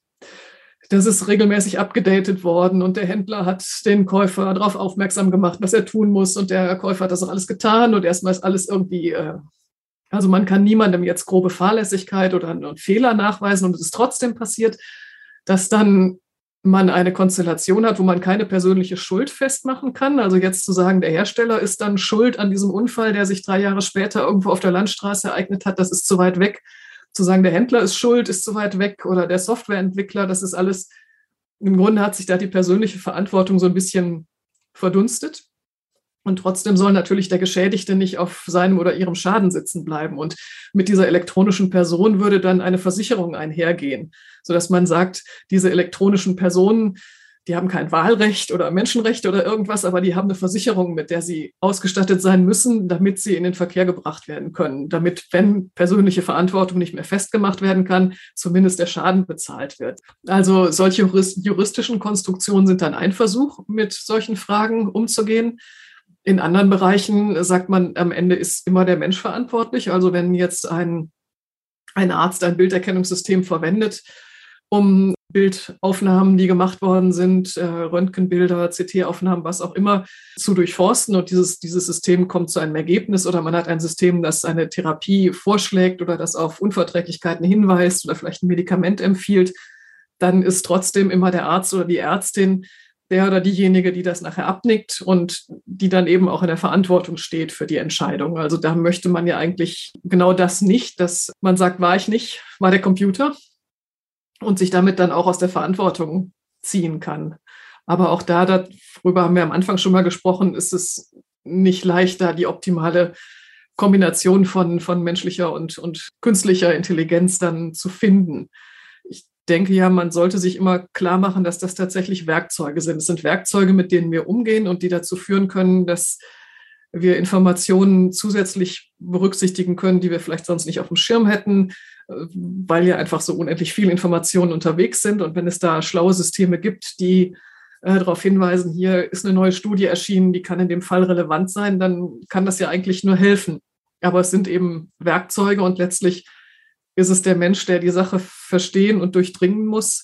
Das ist regelmäßig abgedatet worden und der Händler hat den Käufer darauf aufmerksam gemacht, was er tun muss, und der Käufer hat das auch alles getan und erstmal ist alles irgendwie, äh, also man kann niemandem jetzt grobe Fahrlässigkeit oder einen Fehler nachweisen und es ist trotzdem passiert, dass dann man eine Konstellation hat, wo man keine persönliche Schuld festmachen kann. Also jetzt zu sagen, der Hersteller ist dann schuld an diesem Unfall, der sich drei Jahre später irgendwo auf der Landstraße ereignet hat, das ist zu weit weg. Zu sagen, der Händler ist schuld, ist zu weit weg, oder der Softwareentwickler, das ist alles, im Grunde hat sich da die persönliche Verantwortung so ein bisschen verdunstet. Und trotzdem soll natürlich der Geschädigte nicht auf seinem oder ihrem Schaden sitzen bleiben. Und mit dieser elektronischen Person würde dann eine Versicherung einhergehen, sodass man sagt, diese elektronischen Personen, die haben kein Wahlrecht oder Menschenrechte oder irgendwas, aber die haben eine Versicherung, mit der sie ausgestattet sein müssen, damit sie in den Verkehr gebracht werden können. Damit, wenn persönliche Verantwortung nicht mehr festgemacht werden kann, zumindest der Schaden bezahlt wird. Also solche juristischen Konstruktionen sind dann ein Versuch, mit solchen Fragen umzugehen. In anderen Bereichen sagt man, am Ende ist immer der Mensch verantwortlich. Also wenn jetzt ein, ein Arzt ein Bilderkennungssystem verwendet, um Bildaufnahmen, die gemacht worden sind, äh, Röntgenbilder, C T-Aufnahmen, was auch immer, zu durchforsten, und dieses, dieses System kommt zu einem Ergebnis, oder man hat ein System, das eine Therapie vorschlägt oder das auf Unverträglichkeiten hinweist oder vielleicht ein Medikament empfiehlt, dann ist trotzdem immer der Arzt oder die Ärztin der oder diejenige, die das nachher abnickt und die dann eben auch in der Verantwortung steht für die Entscheidung. Also da möchte man ja eigentlich genau das nicht, dass man sagt, war ich nicht, war der Computer, und sich damit dann auch aus der Verantwortung ziehen kann. Aber auch da, darüber haben wir am Anfang schon mal gesprochen, ist es nicht leicht, da die optimale Kombination von, von menschlicher und, und künstlicher Intelligenz dann zu finden. Ich denke ja, man sollte sich immer klar machen, dass das tatsächlich Werkzeuge sind. Es sind Werkzeuge, mit denen wir umgehen und die dazu führen können, dass wir Informationen zusätzlich berücksichtigen können, die wir vielleicht sonst nicht auf dem Schirm hätten, weil ja einfach so unendlich viele Informationen unterwegs sind. Und wenn es da schlaue Systeme gibt, die äh, darauf hinweisen, hier ist eine neue Studie erschienen, die kann in dem Fall relevant sein, dann kann das ja eigentlich nur helfen. Aber es sind eben Werkzeuge, und letztlich ist es der Mensch, der die Sache verstehen und durchdringen muss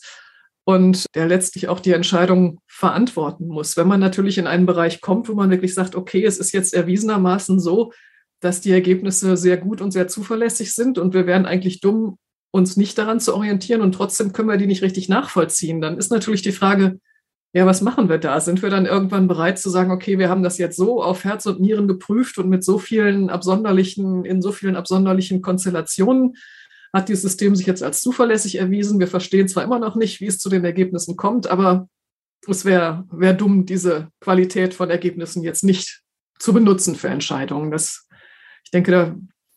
und der letztlich auch die Entscheidung verantworten muss. Wenn man natürlich in einen Bereich kommt, wo man wirklich sagt, okay, es ist jetzt erwiesenermaßen so, dass die Ergebnisse sehr gut und sehr zuverlässig sind und wir wären eigentlich dumm, uns nicht daran zu orientieren, und trotzdem können wir die nicht richtig nachvollziehen, dann ist natürlich die Frage, ja, was machen wir da? Sind wir dann irgendwann bereit zu sagen, okay, wir haben das jetzt so auf Herz und Nieren geprüft und mit so vielen absonderlichen, in so vielen absonderlichen Konstellationen hat dieses System sich jetzt als zuverlässig erwiesen. Wir verstehen zwar immer noch nicht, wie es zu den Ergebnissen kommt, aber es wäre wär dumm, diese Qualität von Ergebnissen jetzt nicht zu benutzen für Entscheidungen. Das, ich denke, da,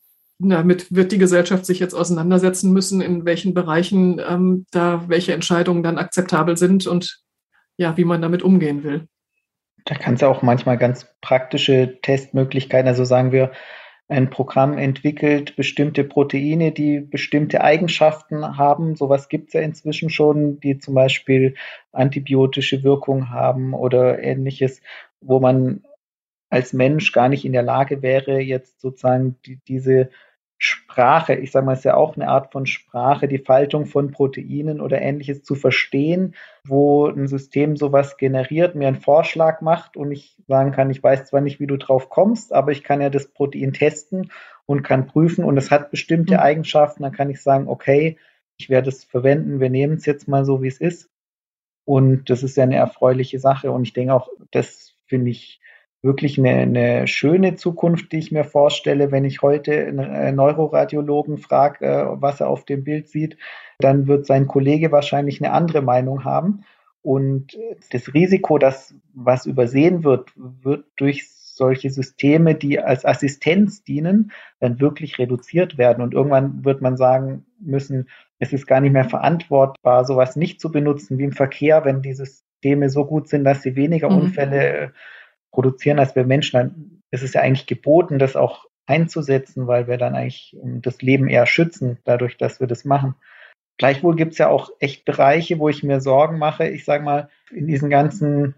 damit wird die Gesellschaft sich jetzt auseinandersetzen müssen, in welchen Bereichen ähm, da welche Entscheidungen dann akzeptabel sind und ja, wie man damit umgehen will. Da kann es ja auch manchmal ganz praktische Testmöglichkeiten, also sagen wir, ein Programm entwickelt bestimmte Proteine, die bestimmte Eigenschaften haben. Sowas gibt es ja inzwischen schon, die zum Beispiel antibiotische Wirkung haben oder ähnliches, wo man als Mensch gar nicht in der Lage wäre, jetzt sozusagen die, diese Sprache, ich sage mal, es ist ja auch eine Art von Sprache, die Faltung von Proteinen oder ähnliches zu verstehen, wo ein System sowas generiert, mir einen Vorschlag macht und ich sagen kann, ich weiß zwar nicht, wie du drauf kommst, aber ich kann ja das Protein testen und kann prüfen und es hat bestimmte mhm. Eigenschaften, dann kann ich sagen, okay, ich werde es verwenden, wir nehmen es jetzt mal so, wie es ist und das ist ja eine erfreuliche Sache und ich denke auch, das finde ich wirklich eine, eine schöne Zukunft, die ich mir vorstelle. Wenn ich heute einen Neuroradiologen frage, was er auf dem Bild sieht, dann wird sein Kollege wahrscheinlich eine andere Meinung haben. Und das Risiko, dass was übersehen wird, wird durch solche Systeme, die als Assistenz dienen, dann wirklich reduziert werden. Und irgendwann wird man sagen müssen, es ist gar nicht mehr verantwortbar, sowas nicht zu benutzen, wie im Verkehr, wenn die Systeme so gut sind, dass sie weniger mhm. Unfälle produzieren als wir Menschen, dann ist es ja eigentlich geboten, das auch einzusetzen, weil wir dann eigentlich das Leben eher schützen, dadurch, dass wir das machen. Gleichwohl gibt es ja auch echt Bereiche, wo ich mir Sorgen mache. Ich sage mal, in diesen ganzen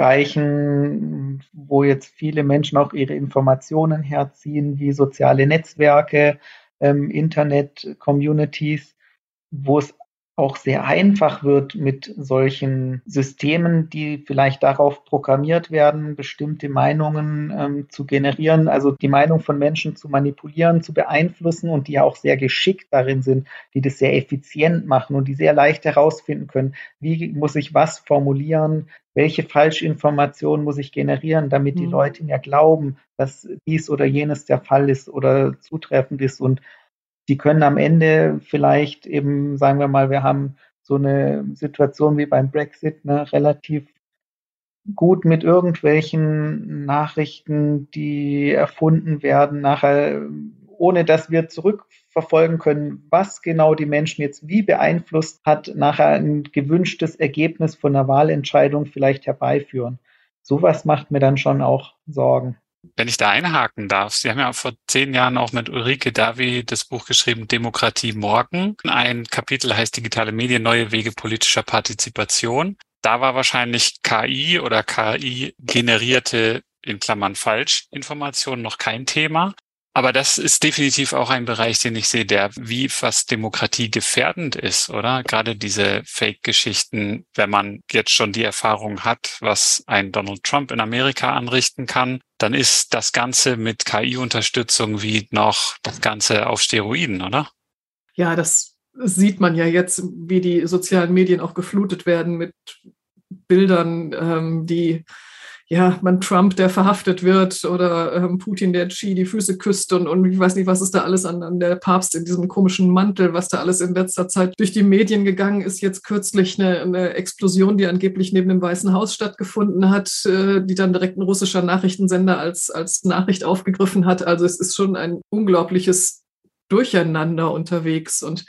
Bereichen, wo jetzt viele Menschen auch ihre Informationen herziehen, wie soziale Netzwerke, ähm, Internet, Communities, wo es auch sehr einfach wird mit solchen Systemen, die vielleicht darauf programmiert werden, bestimmte Meinungen ähm, zu generieren, also die Meinung von Menschen zu manipulieren, zu beeinflussen und die auch sehr geschickt darin sind, die das sehr effizient machen und die sehr leicht herausfinden können, wie muss ich was formulieren, welche Falschinformation muss ich generieren, damit mhm. die Leute mir glauben, dass dies oder jenes der Fall ist oder zutreffend ist und die können am Ende vielleicht eben, sagen wir mal, wir haben so eine Situation wie beim Brexit, ne, relativ gut mit irgendwelchen Nachrichten, die erfunden werden, nachher, ohne dass wir zurückverfolgen können, was genau die Menschen jetzt wie beeinflusst hat, nachher ein gewünschtes Ergebnis von einer Wahlentscheidung vielleicht herbeiführen. Sowas macht mir dann schon auch Sorgen. Wenn ich da einhaken darf, Sie haben ja vor zehn Jahren auch mit Ulrike Davi das Buch geschrieben, Demokratie morgen. Ein Kapitel heißt Digitale Medien, neue Wege politischer Partizipation. Da war wahrscheinlich K I oder K I-generierte, in Klammern Falschinformationen noch kein Thema. Aber das ist definitiv auch ein Bereich, den ich sehe, der wie fast Demokratie gefährdend ist, oder? Gerade diese Fake-Geschichten, wenn man jetzt schon die Erfahrung hat, was ein Donald Trump in Amerika anrichten kann, dann ist das Ganze mit K I-Unterstützung wie noch das Ganze auf Steroiden, oder? Ja, das sieht man ja jetzt, wie die sozialen Medien auch geflutet werden mit Bildern, ähm, die ja, man Trump, der verhaftet wird oder ähm, Putin, der Xi die Füße küsst und, und ich weiß nicht, was ist da alles an, an der Papst in diesem komischen Mantel, was da alles in letzter Zeit durch die Medien gegangen ist. Jetzt kürzlich eine, eine Explosion, die angeblich neben dem Weißen Haus stattgefunden hat, äh, die dann direkt ein russischer Nachrichtensender als, als Nachricht aufgegriffen hat. Also es ist schon ein unglaubliches Durcheinander unterwegs und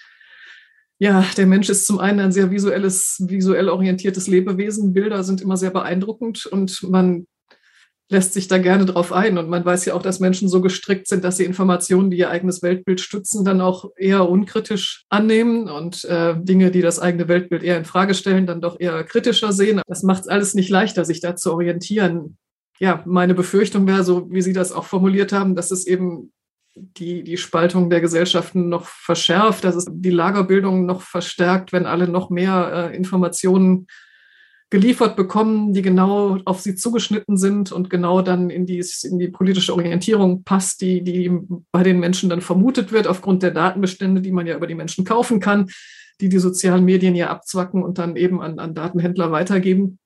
ja, der Mensch ist zum einen ein sehr visuelles, visuell orientiertes Lebewesen. Bilder sind immer sehr beeindruckend und man lässt sich da gerne drauf ein. Und man weiß ja auch, dass Menschen so gestrickt sind, dass sie Informationen, die ihr eigenes Weltbild stützen, dann auch eher unkritisch annehmen und äh, Dinge, die das eigene Weltbild eher in Frage stellen, dann doch eher kritischer sehen. Das macht es alles nicht leichter, sich da zu orientieren. Ja, meine Befürchtung wäre, so wie Sie das auch formuliert haben, dass es eben die, die Spaltung der Gesellschaften noch verschärft, dass es die Lagerbildung noch verstärkt, wenn alle noch mehr äh, Informationen geliefert bekommen, die genau auf sie zugeschnitten sind und genau dann in die, in die politische Orientierung passt, die, die bei den Menschen dann vermutet wird, aufgrund der Datenbestände, die man ja über die Menschen kaufen kann, die die sozialen Medien ja abzwacken und dann eben an, an Datenhändler weitergeben.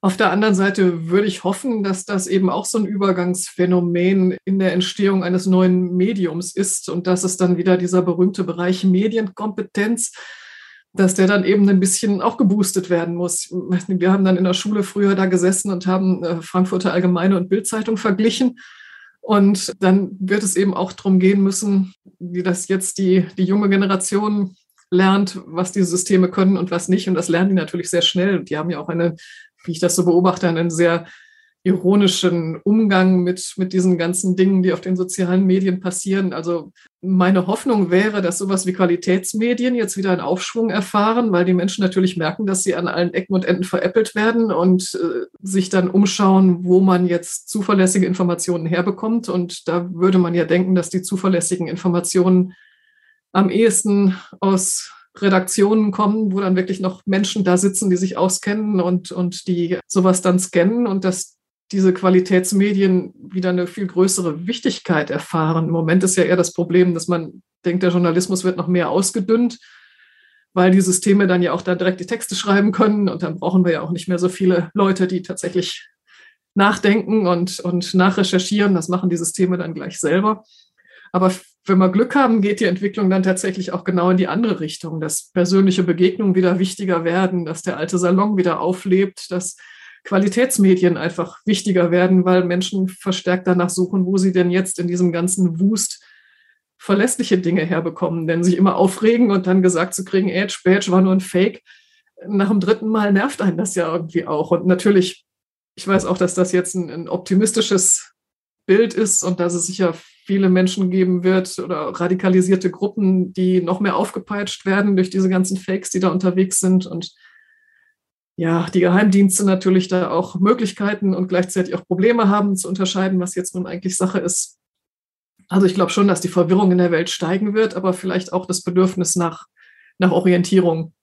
Auf der anderen Seite würde ich hoffen, dass das eben auch so ein Übergangsphänomen in der Entstehung eines neuen Mediums ist und dass es dann wieder dieser berühmte Bereich Medienkompetenz, dass der dann eben ein bisschen auch geboostet werden muss. Wir haben dann in der Schule früher da gesessen und haben Frankfurter Allgemeine und Bild-Zeitung verglichen. Und dann wird es eben auch darum gehen müssen, wie das jetzt die, die junge Generation lernt, was diese Systeme können und was nicht. Und das lernen die natürlich sehr schnell. Und die haben ja auch eine, wie ich das so beobachte, einen sehr ironischen Umgang mit, mit diesen ganzen Dingen, die auf den sozialen Medien passieren. Also meine Hoffnung wäre, dass sowas wie Qualitätsmedien jetzt wieder einen Aufschwung erfahren, weil die Menschen natürlich merken, dass sie an allen Ecken und Enden veräppelt werden und äh, sich dann umschauen, wo man jetzt zuverlässige Informationen herbekommt. Und da würde man ja denken, dass die zuverlässigen Informationen am ehesten aus Redaktionen kommen, wo dann wirklich noch Menschen da sitzen, die sich auskennen und, und die sowas dann scannen und dass diese Qualitätsmedien wieder eine viel größere Wichtigkeit erfahren. Im Moment ist ja eher das Problem, dass man denkt, der Journalismus wird noch mehr ausgedünnt, weil die Systeme dann ja auch dann direkt die Texte schreiben können und dann brauchen wir ja auch nicht mehr so viele Leute, die tatsächlich nachdenken und, und nachrecherchieren. Das machen die Systeme dann gleich selber. Aber wenn wir Glück haben, geht die Entwicklung dann tatsächlich auch genau in die andere Richtung, dass persönliche Begegnungen wieder wichtiger werden, dass der alte Salon wieder auflebt, dass Qualitätsmedien einfach wichtiger werden, weil Menschen verstärkt danach suchen, wo sie denn jetzt in diesem ganzen Wust verlässliche Dinge herbekommen. Denn sich immer aufregen und dann gesagt zu kriegen, Edge, Badge war nur ein Fake, nach dem dritten Mal nervt einen das ja irgendwie auch. Und natürlich, ich weiß auch, dass das jetzt ein, ein optimistisches Bild ist und dass es sicher viele Menschen geben wird oder radikalisierte Gruppen, die noch mehr aufgepeitscht werden durch diese ganzen Fakes, die da unterwegs sind und ja, die Geheimdienste natürlich da auch Möglichkeiten und gleichzeitig auch Probleme haben zu unterscheiden, was jetzt nun eigentlich Sache ist. Also ich glaube schon, dass die Verwirrung in der Welt steigen wird, aber vielleicht auch das Bedürfnis nach, nach Orientierung.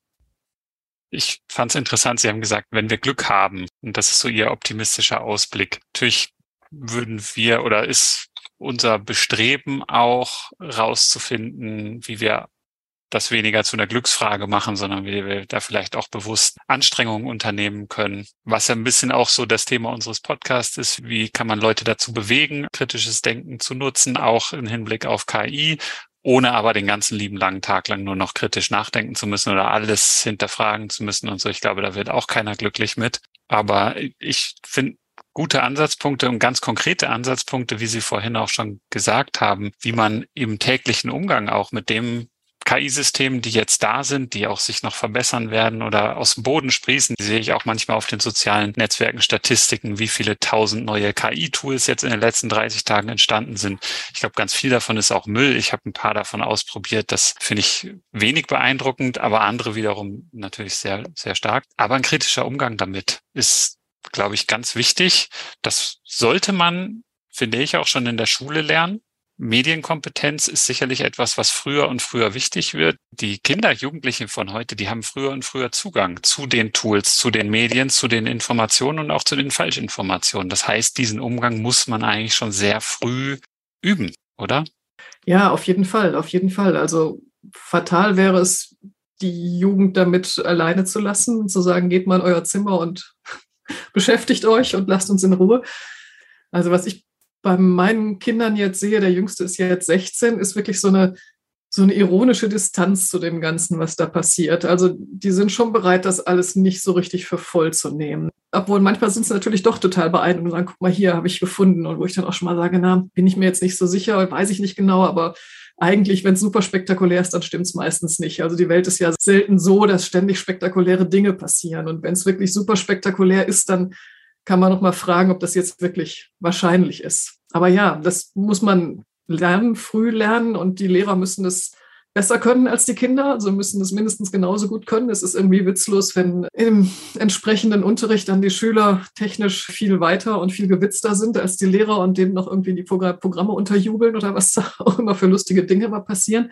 Ich fand es interessant, Sie haben gesagt, wenn wir Glück haben, und das ist so Ihr optimistischer Ausblick, natürlich würden wir oder ist unser Bestreben auch rauszufinden, wie wir das weniger zu einer Glücksfrage machen, sondern wie wir da vielleicht auch bewusst Anstrengungen unternehmen können. Was ja ein bisschen auch so das Thema unseres Podcasts ist, wie kann man Leute dazu bewegen, kritisches Denken zu nutzen, auch im Hinblick auf K I, ohne aber den ganzen lieben langen Tag lang nur noch kritisch nachdenken zu müssen oder alles hinterfragen zu müssen und so. Ich glaube, da wird auch keiner glücklich mit. Aber ich finde gute Ansatzpunkte und ganz konkrete Ansatzpunkte, wie Sie vorhin auch schon gesagt haben, wie man im täglichen Umgang auch mit dem K I-Systemen, die jetzt da sind, die auch sich noch verbessern werden oder aus dem Boden sprießen, die sehe ich auch manchmal auf den sozialen Netzwerken Statistiken, wie viele tausend neue K I-Tools jetzt in den letzten dreißig Tagen entstanden sind. Ich glaube, ganz viel davon ist auch Müll. Ich habe ein paar davon ausprobiert. Das finde ich wenig beeindruckend, aber andere wiederum natürlich sehr, sehr stark. Aber ein kritischer Umgang damit ist, glaube ich, ganz wichtig. Das sollte man, finde ich, auch schon in der Schule lernen. Medienkompetenz ist sicherlich etwas, was früher und früher wichtig wird. Die Kinder, Jugendlichen von heute, die haben früher und früher Zugang zu den Tools, zu den Medien, zu den Informationen und auch zu den Falschinformationen. Das heißt, diesen Umgang muss man eigentlich schon sehr früh üben, oder? Ja, auf jeden Fall, auf jeden Fall. Also fatal wäre es, die Jugend damit alleine zu lassen und zu sagen, geht mal in euer Zimmer und beschäftigt euch und lasst uns in Ruhe. Also was ich bei meinen Kindern jetzt sehe, der Jüngste ist jetzt sechzehn, ist wirklich so eine, so eine ironische Distanz zu dem Ganzen, was da passiert. Also die sind schon bereit, das alles nicht so richtig für voll zu nehmen. Obwohl manchmal sind sie natürlich doch total beeindruckt und sagen, guck mal, hier habe ich gefunden. Und wo ich dann auch schon mal sage, na, bin ich mir jetzt nicht so sicher, weiß ich nicht genau, aber eigentlich, wenn es super spektakulär ist, dann stimmt es meistens nicht. Also die Welt ist ja selten so, dass ständig spektakuläre Dinge passieren. Und wenn es wirklich super spektakulär ist, dann kann man noch mal fragen, ob das jetzt wirklich wahrscheinlich ist. Aber ja, das muss man lernen, früh lernen und die Lehrer müssen das besser können als die Kinder, also müssen das mindestens genauso gut können. Es ist irgendwie witzlos, wenn im entsprechenden Unterricht dann die Schüler technisch viel weiter und viel gewitzter sind als die Lehrer und denen noch irgendwie die Programme unterjubeln oder was da auch immer für lustige Dinge immer passieren.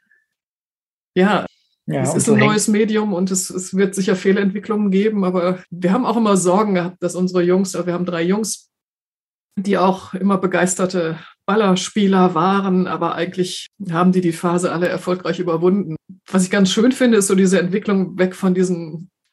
Ja, Ja, es ist so ein neues Medium und es, es wird sicher Fehlentwicklungen geben, aber wir haben auch immer Sorgen gehabt, dass unsere Jungs, wir haben drei Jungs, die auch immer begeisterte Ballerspieler waren, aber eigentlich haben die die Phase alle erfolgreich überwunden. Was ich ganz schön finde, ist so diese Entwicklung weg von diesen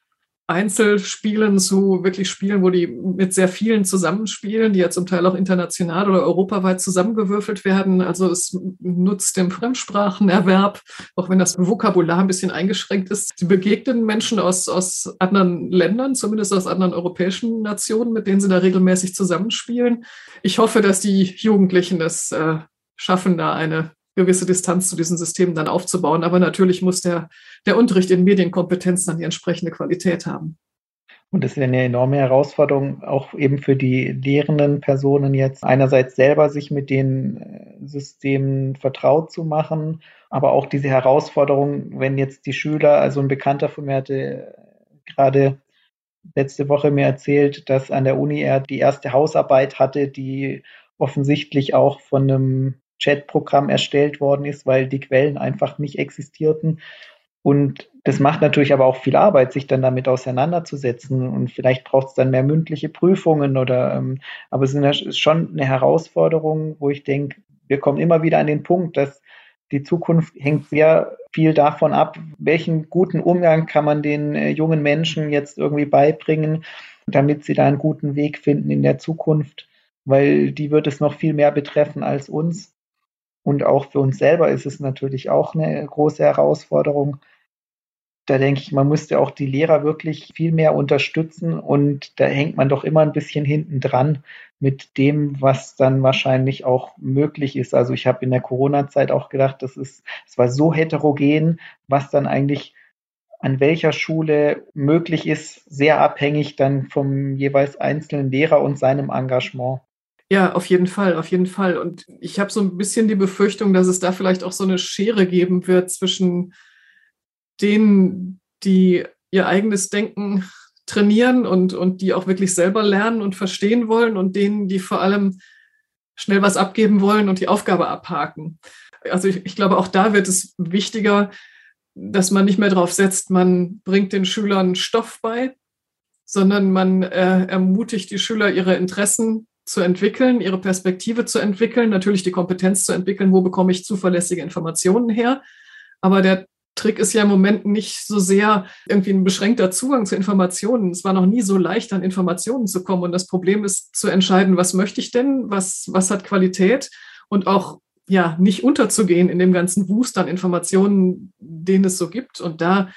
Einzelspielen zu wirklich Spielen, wo die mit sehr vielen zusammenspielen, die ja zum Teil auch international oder europaweit zusammengewürfelt werden. Also es nutzt dem Fremdsprachenerwerb, auch wenn das Vokabular ein bisschen eingeschränkt ist. Sie begegnen Menschen aus, aus anderen Ländern, zumindest aus anderen europäischen Nationen, mit denen sie da regelmäßig zusammenspielen. Ich hoffe, dass die Jugendlichen es äh, schaffen, da eine gewisse Distanz zu diesen Systemen dann aufzubauen. Aber natürlich muss der, der Unterricht in Medienkompetenz dann die entsprechende Qualität haben. Und das ist eine enorme Herausforderung, auch eben für die lehrenden Personen jetzt einerseits selber sich mit den Systemen vertraut zu machen, aber auch diese Herausforderung, wenn jetzt die Schüler, also ein Bekannter von mir hatte gerade letzte Woche mir erzählt, dass an der Uni er die erste Hausarbeit hatte, die offensichtlich auch von einem Chatprogramm erstellt worden ist, weil die Quellen einfach nicht existierten. Und das macht natürlich aber auch viel Arbeit, sich dann damit auseinanderzusetzen. Und vielleicht braucht es dann mehr mündliche Prüfungen oder, ähm, aber es ist schon eine Herausforderung, wo ich denke, wir kommen immer wieder an den Punkt, dass die Zukunft hängt sehr viel davon ab, welchen guten Umgang kann man den äh, jungen Menschen jetzt irgendwie beibringen, damit sie da einen guten Weg finden in der Zukunft, weil die wird es noch viel mehr betreffen als uns. Und auch für uns selber ist es natürlich auch eine große Herausforderung. Da denke ich, man müsste auch die Lehrer wirklich viel mehr unterstützen und da hängt man doch immer ein bisschen hinten dran mit dem, was dann wahrscheinlich auch möglich ist. Also ich habe in der Corona-Zeit auch gedacht, das ist, es war so heterogen, was dann eigentlich an welcher Schule möglich ist, sehr abhängig dann vom jeweils einzelnen Lehrer und seinem Engagement. Ja, auf jeden Fall, auf jeden Fall. Und ich habe so ein bisschen die Befürchtung, dass es da vielleicht auch so eine Schere geben wird zwischen denen, die ihr eigenes Denken trainieren und, und die auch wirklich selber lernen und verstehen wollen und denen, die vor allem schnell was abgeben wollen und die Aufgabe abhaken. Also ich, ich glaube, auch da wird es wichtiger, dass man nicht mehr darauf setzt, man bringt den Schülern Stoff bei, sondern man äh, ermutigt die Schüler, ihre Interessen zu entwickeln, ihre Perspektive zu entwickeln, natürlich die Kompetenz zu entwickeln, wo bekomme ich zuverlässige Informationen her. Aber der Trick ist ja im Moment nicht so sehr irgendwie ein beschränkter Zugang zu Informationen. Es war noch nie so leicht, an Informationen zu kommen. Und das Problem ist zu entscheiden, was möchte ich denn, was, was hat Qualität und auch ja nicht unterzugehen in dem ganzen Wust an Informationen, den es so gibt. Und da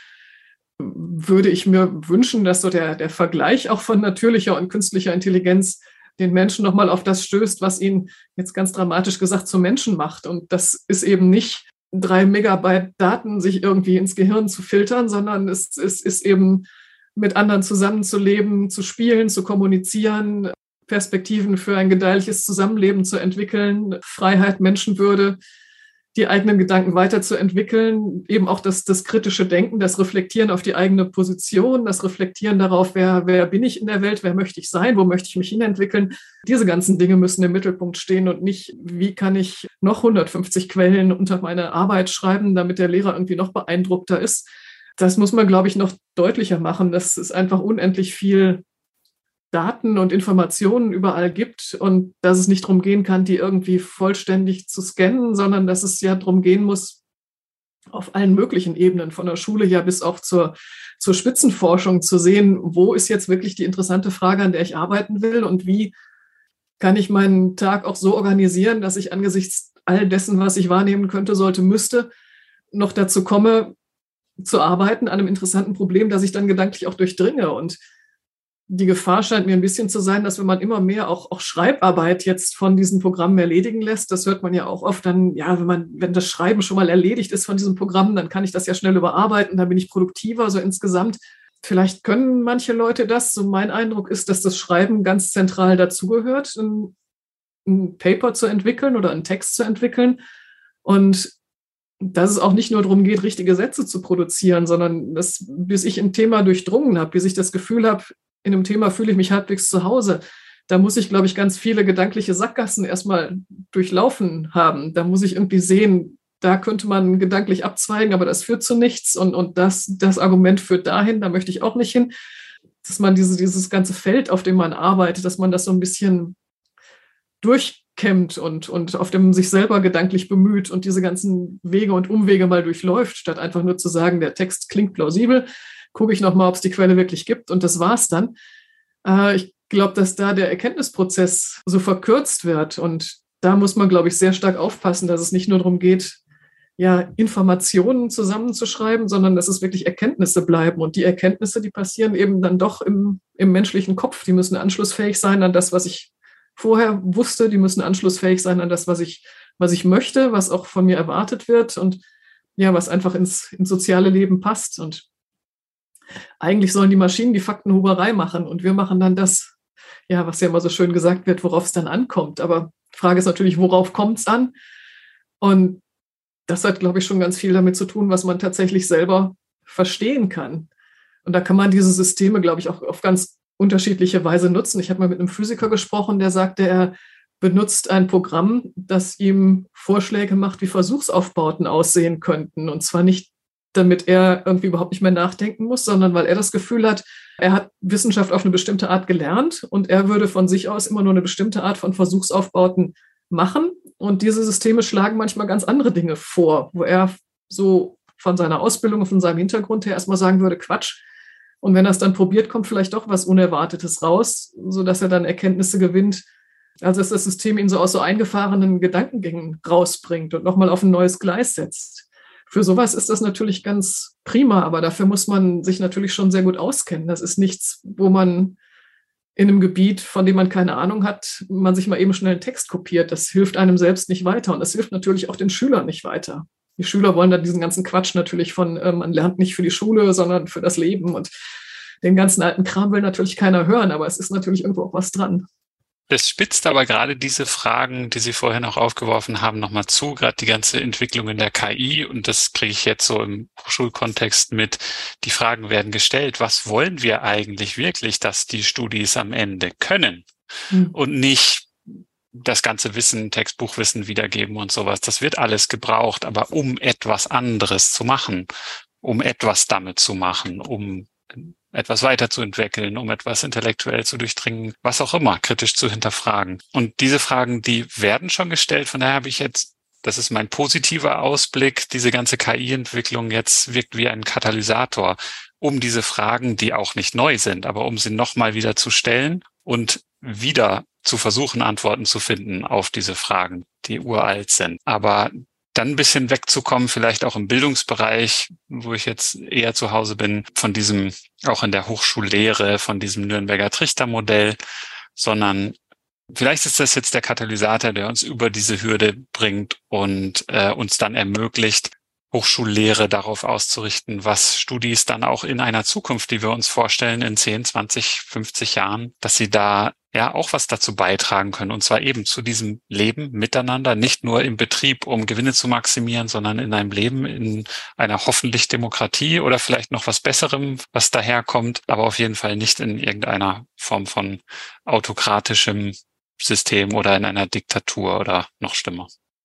würde ich mir wünschen, dass so der, der Vergleich auch von natürlicher und künstlicher Intelligenz den Menschen nochmal auf das stößt, was ihn jetzt ganz dramatisch gesagt zum Menschen macht. Und das ist eben nicht drei Megabyte Daten sich irgendwie ins Gehirn zu filtern, sondern es, es ist eben mit anderen zusammenzuleben, zu spielen, zu kommunizieren, Perspektiven für ein gedeihliches Zusammenleben zu entwickeln, Freiheit, Menschenwürde, die eigenen Gedanken weiterzuentwickeln, eben auch das, das kritische Denken, das Reflektieren auf die eigene Position, das Reflektieren darauf, wer, wer bin ich in der Welt, wer möchte ich sein, wo möchte ich mich hinentwickeln. Diese ganzen Dinge müssen im Mittelpunkt stehen und nicht, wie kann ich noch hundertfünfzig Quellen unter meine Arbeit schreiben, damit der Lehrer irgendwie noch beeindruckter ist. Das muss man, glaube ich, noch deutlicher machen, dass es einfach unendlich viel Daten und Informationen überall gibt und dass es nicht darum gehen kann, die irgendwie vollständig zu scannen, sondern dass es ja darum gehen muss, auf allen möglichen Ebenen, von der Schule ja bis auch zur, zur Spitzenforschung zu sehen, wo ist jetzt wirklich die interessante Frage, an der ich arbeiten will und wie kann ich meinen Tag auch so organisieren, dass ich angesichts all dessen, was ich wahrnehmen könnte, sollte, müsste, noch dazu komme, zu arbeiten an einem interessanten Problem, das ich dann gedanklich auch durchdringe. Und die Gefahr scheint mir ein bisschen zu sein, dass wenn man immer mehr auch, auch Schreibarbeit jetzt von diesen Programmen erledigen lässt, das hört man ja auch oft dann, ja, wenn man, wenn das Schreiben schon mal erledigt ist von diesem Programm, dann kann ich das ja schnell überarbeiten, dann bin ich produktiver, so insgesamt. Vielleicht können manche Leute das. So mein Eindruck ist, dass das Schreiben ganz zentral dazugehört, ein, ein Paper zu entwickeln oder einen Text zu entwickeln. Und dass es auch nicht nur darum geht, richtige Sätze zu produzieren, sondern dass, bis ich ein Thema durchdrungen habe, bis ich das Gefühl habe, in einem Thema fühle ich mich halbwegs zu Hause. Da muss ich, glaube ich, ganz viele gedankliche Sackgassen erstmal durchlaufen haben. Da muss ich irgendwie sehen, da könnte man gedanklich abzweigen, aber das führt zu nichts. Und, und das, das Argument führt dahin, da möchte ich auch nicht hin. Dass man diese, dieses ganze Feld, auf dem man arbeitet, dass man das so ein bisschen durchkämmt und, und auf dem sich selber gedanklich bemüht und diese ganzen Wege und Umwege mal durchläuft, statt einfach nur zu sagen, der Text klingt plausibel, gucke ich nochmal, ob es die Quelle wirklich gibt und das war's dann. Äh, ich glaube, dass da der Erkenntnisprozess so verkürzt wird und da muss man, glaube ich, sehr stark aufpassen, dass es nicht nur darum geht, ja, Informationen zusammenzuschreiben, sondern dass es wirklich Erkenntnisse bleiben. Und die Erkenntnisse, die passieren eben dann doch im, im menschlichen Kopf. Die müssen anschlussfähig sein an das, was ich vorher wusste. Die müssen anschlussfähig sein an das, was ich, was ich möchte, was auch von mir erwartet wird und ja, was einfach ins, ins soziale Leben passt. Und eigentlich sollen die Maschinen die Faktenhuberei machen und wir machen dann das, ja, was ja immer so schön gesagt wird, worauf es dann ankommt. Aber die Frage ist natürlich, worauf kommt es an? Und das hat, glaube ich, schon ganz viel damit zu tun, was man tatsächlich selber verstehen kann. Und da kann man diese Systeme, glaube ich, auch auf ganz unterschiedliche Weise nutzen. Ich habe mal mit einem Physiker gesprochen, der sagte, er benutzt ein Programm, das ihm Vorschläge macht, wie Versuchsaufbauten aussehen könnten. Und zwar nicht, damit er irgendwie überhaupt nicht mehr nachdenken muss, sondern weil er das Gefühl hat, er hat Wissenschaft auf eine bestimmte Art gelernt und er würde von sich aus immer nur eine bestimmte Art von Versuchsaufbauten machen. Und diese Systeme schlagen manchmal ganz andere Dinge vor, wo er so von seiner Ausbildung und von seinem Hintergrund her erstmal sagen würde, Quatsch. Und wenn er es dann probiert, kommt vielleicht doch was Unerwartetes raus, sodass er dann Erkenntnisse gewinnt. Also dass das System ihn so aus so eingefahrenen Gedankengängen rausbringt und nochmal auf ein neues Gleis setzt. Für sowas ist das natürlich ganz prima, aber dafür muss man sich natürlich schon sehr gut auskennen. Das ist nichts, wo man in einem Gebiet, von dem man keine Ahnung hat, man sich mal eben schnell einen Text kopiert. Das hilft einem selbst nicht weiter und das hilft natürlich auch den Schülern nicht weiter. Die Schüler wollen dann diesen ganzen Quatsch natürlich von, äh, man lernt nicht für die Schule, sondern für das Leben und den ganzen alten Kram will natürlich keiner hören, aber es ist natürlich irgendwo auch was dran. Das spitzt aber gerade diese Fragen, die Sie vorhin auch aufgeworfen haben, nochmal zu, gerade die ganze Entwicklung in der K I. Und das kriege ich jetzt so im Hochschulkontext mit. Die Fragen werden gestellt, was wollen wir eigentlich wirklich, dass die Studis am Ende können? Mhm. Und nicht das ganze Wissen, Textbuchwissen wiedergeben und sowas. Das wird alles gebraucht, aber um etwas anderes zu machen, um etwas damit zu machen, um etwas weiterzuentwickeln, um etwas intellektuell zu durchdringen, was auch immer, kritisch zu hinterfragen. Und diese Fragen, die werden schon gestellt, von daher habe ich jetzt, das ist mein positiver Ausblick, diese ganze K I-Entwicklung jetzt wirkt wie ein Katalysator, um diese Fragen, die auch nicht neu sind, aber um sie nochmal wieder zu stellen und wieder zu versuchen, Antworten zu finden auf diese Fragen, die uralt sind. Aber dann ein bisschen wegzukommen, vielleicht auch im Bildungsbereich, wo ich jetzt eher zu Hause bin, von diesem, auch in der Hochschullehre, von diesem Nürnberger Trichtermodell, sondern vielleicht ist das jetzt der Katalysator, der uns über diese Hürde bringt und äh, uns dann ermöglicht, Hochschullehre darauf auszurichten, was Studis dann auch in einer Zukunft, die wir uns vorstellen, in zehn, zwanzig, fünfzig Jahren, dass sie da ja auch was dazu beitragen können. Und zwar eben zu diesem Leben miteinander, nicht nur im Betrieb, um Gewinne zu maximieren, sondern in einem Leben, in einer hoffentlich Demokratie oder vielleicht noch was Besserem, was daherkommt, aber auf jeden Fall nicht in irgendeiner Form von autokratischem System oder in einer Diktatur oder noch schlimmer.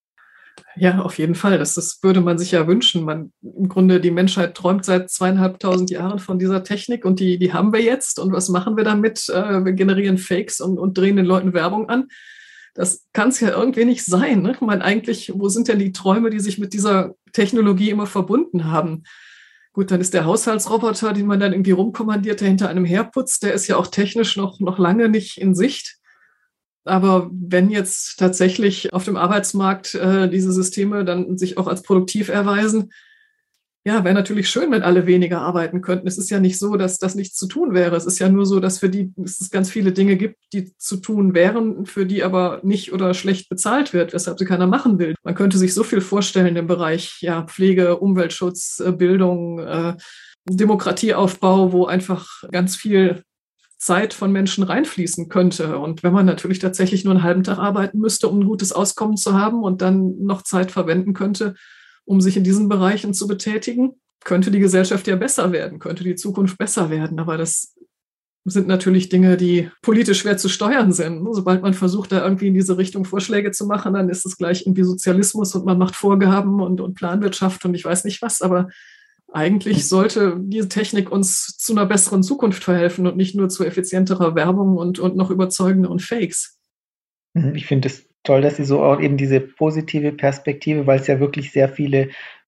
Ja, auf jeden Fall. Das, das würde man sich ja wünschen. Man, im Grunde, die Menschheit träumt seit zweieinhalbtausend Jahren von dieser Technik und die, die haben wir jetzt. Und was machen wir damit? Äh, wir generieren Fakes und, und drehen den Leuten Werbung an. Das kann es ja irgendwie nicht sein. Ne? Ich meine, eigentlich, wo sind denn die Träume, die sich mit dieser Technologie immer verbunden haben? Gut, dann ist der Haushaltsroboter, den man dann irgendwie rumkommandiert, der hinter einem herputzt, der ist ja auch technisch noch, noch lange nicht in Sicht. Aber wenn jetzt tatsächlich auf dem Arbeitsmarkt äh, diese Systeme dann sich auch als produktiv erweisen, ja, wäre natürlich schön, wenn alle weniger arbeiten könnten. Es ist ja nicht so, dass das nichts zu tun wäre. Es ist ja nur so, dass für die es ganz viele Dinge gibt, die zu tun wären, für die aber nicht oder schlecht bezahlt wird, weshalb sie keiner machen will. Man könnte sich so viel vorstellen im Bereich ja, Pflege, Umweltschutz, Bildung, äh, Demokratieaufbau, wo einfach ganz viel Zeit von Menschen reinfließen könnte. Und wenn man natürlich tatsächlich nur einen halben Tag arbeiten müsste, um ein gutes Auskommen zu haben und dann noch Zeit verwenden könnte, um sich in diesen Bereichen zu betätigen, könnte die Gesellschaft ja besser werden, könnte die Zukunft besser werden. Aber das sind natürlich Dinge, die politisch schwer zu steuern sind. Sobald man versucht, da irgendwie in diese Richtung Vorschläge zu machen, dann ist es gleich irgendwie Sozialismus und man macht Vorgaben und, und Planwirtschaft und ich weiß nicht was, aber eigentlich sollte diese Technik uns zu einer besseren Zukunft verhelfen und nicht nur zu effizienterer Werbung und, und noch überzeugenderen Fakes. Ich finde es toll, dass Sie so auch eben diese positive Perspektive, weil es ja wirklich sehr viele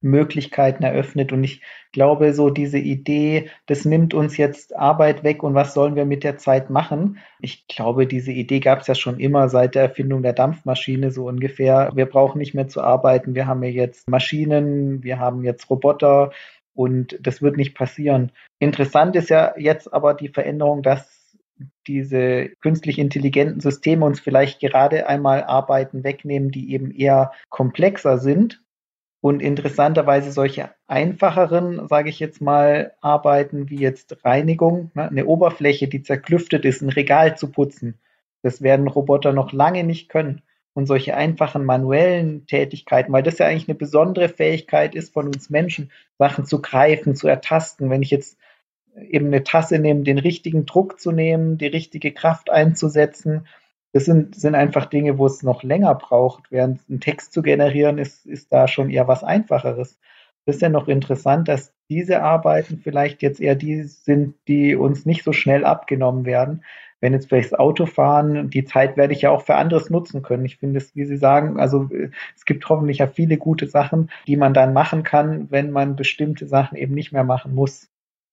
Möglichkeiten eröffnet. Und ich glaube, so diese Idee, das nimmt uns jetzt Arbeit weg und was sollen wir mit der Zeit machen? Ich glaube, diese Idee gab es ja schon immer seit der Erfindung der Dampfmaschine so ungefähr. Wir brauchen nicht mehr zu arbeiten. Wir haben ja jetzt Maschinen, wir haben jetzt Roboter und das wird nicht passieren. Interessant ist ja jetzt aber die Veränderung, dass diese künstlich intelligenten Systeme uns vielleicht gerade einmal Arbeiten wegnehmen, die eben eher komplexer sind. Und interessanterweise solche einfacheren, sage ich jetzt mal, Arbeiten wie jetzt Reinigung, ne, eine Oberfläche, die zerklüftet ist, ein Regal zu putzen, das werden Roboter noch lange nicht können. Und solche einfachen manuellen Tätigkeiten, weil das ja eigentlich eine besondere Fähigkeit ist von uns Menschen, Sachen zu greifen, zu ertasten. Wenn ich jetzt eben eine Tasse nehme, den richtigen Druck zu nehmen, die richtige Kraft einzusetzen, das sind, sind einfach Dinge, wo es noch länger braucht, während einen Text zu generieren, ist, ist da schon eher was Einfacheres. Das ist ja noch interessant, dass diese Arbeiten vielleicht jetzt eher die sind, die uns nicht so schnell abgenommen werden. Wenn jetzt vielleicht das Autofahren, die Zeit werde ich ja auch für anderes nutzen können. Ich finde es, wie Sie sagen, also es gibt hoffentlich ja viele gute Sachen, die man dann machen kann, wenn man bestimmte Sachen eben nicht mehr machen muss.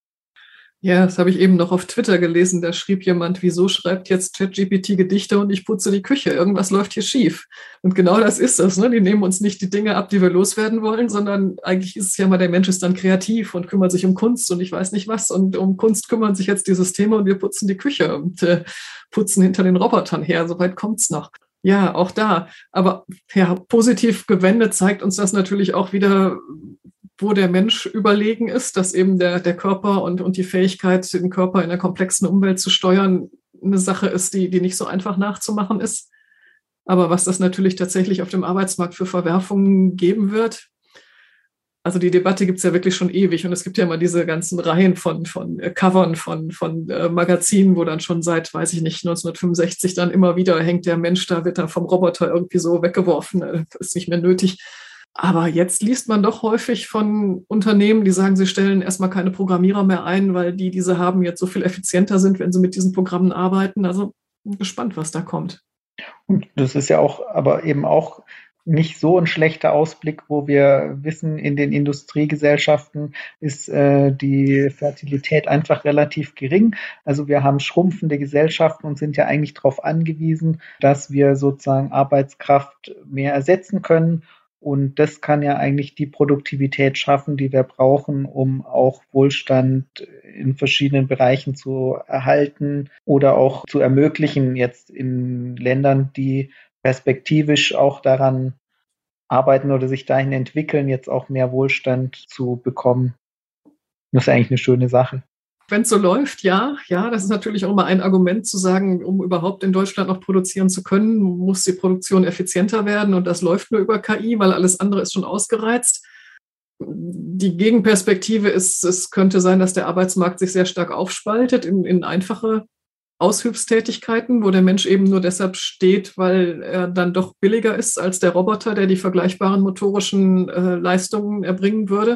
Ja, das habe ich eben noch auf Twitter gelesen. Da schrieb jemand, wieso schreibt jetzt ChatGPT Gedichte und ich putze die Küche? Irgendwas läuft hier schief. Und genau das ist das. Ne? Die nehmen uns nicht die Dinge ab, die wir loswerden wollen, sondern eigentlich ist es ja mal, der Mensch ist dann kreativ und kümmert sich um Kunst und ich weiß nicht was. Und um Kunst kümmern sich jetzt die Systeme und wir putzen die Küche und äh, putzen hinter den Robotern her. Soweit kommt's noch. Ja, auch da. Aber ja, positiv gewendet zeigt uns das natürlich auch wieder, wo der Mensch überlegen ist, dass eben der, der Körper und, und die Fähigkeit, den Körper in einer komplexen Umwelt zu steuern, eine Sache ist, die, die nicht so einfach nachzumachen ist. Aber was das natürlich tatsächlich auf dem Arbeitsmarkt für Verwerfungen geben wird, also die Debatte gibt es ja wirklich schon ewig und es gibt ja immer diese ganzen Reihen von, von äh, Covern, von, von äh, Magazinen, wo dann schon seit, weiß ich nicht, neunzehnhundertfünfundsechzig dann immer wieder hängt der Mensch da, wird dann vom Roboter irgendwie so weggeworfen, äh, ist nicht mehr nötig. Aber jetzt liest man doch häufig von Unternehmen, die sagen, sie stellen erstmal keine Programmierer mehr ein, weil die, die sie haben, jetzt so viel effizienter sind, wenn sie mit diesen Programmen arbeiten. Also bin gespannt, was da kommt. Und das ist ja auch, aber eben auch nicht so ein schlechter Ausblick, wo wir wissen, in den Industriegesellschaften ist äh, die Fertilität einfach relativ gering. Also wir haben schrumpfende Gesellschaften und sind ja eigentlich darauf angewiesen, dass wir sozusagen Arbeitskraft mehr ersetzen können. Und das kann ja eigentlich die Produktivität schaffen, die wir brauchen, um auch Wohlstand in verschiedenen Bereichen zu erhalten oder auch zu ermöglichen, jetzt in Ländern, die perspektivisch auch daran arbeiten oder sich dahin entwickeln, jetzt auch mehr Wohlstand zu bekommen. Das ist eigentlich eine schöne Sache. Wenn es so läuft, ja, ja, das ist natürlich auch immer ein Argument zu sagen, um überhaupt in Deutschland noch produzieren zu können, muss die Produktion effizienter werden und das läuft nur über K I, weil alles andere ist schon ausgereizt. Die Gegenperspektive ist, es könnte sein, dass der Arbeitsmarkt sich sehr stark aufspaltet in, in einfache Aushilfstätigkeiten, wo der Mensch eben nur deshalb steht, weil er dann doch billiger ist als der Roboter, der die vergleichbaren motorischen äh, Leistungen erbringen würde.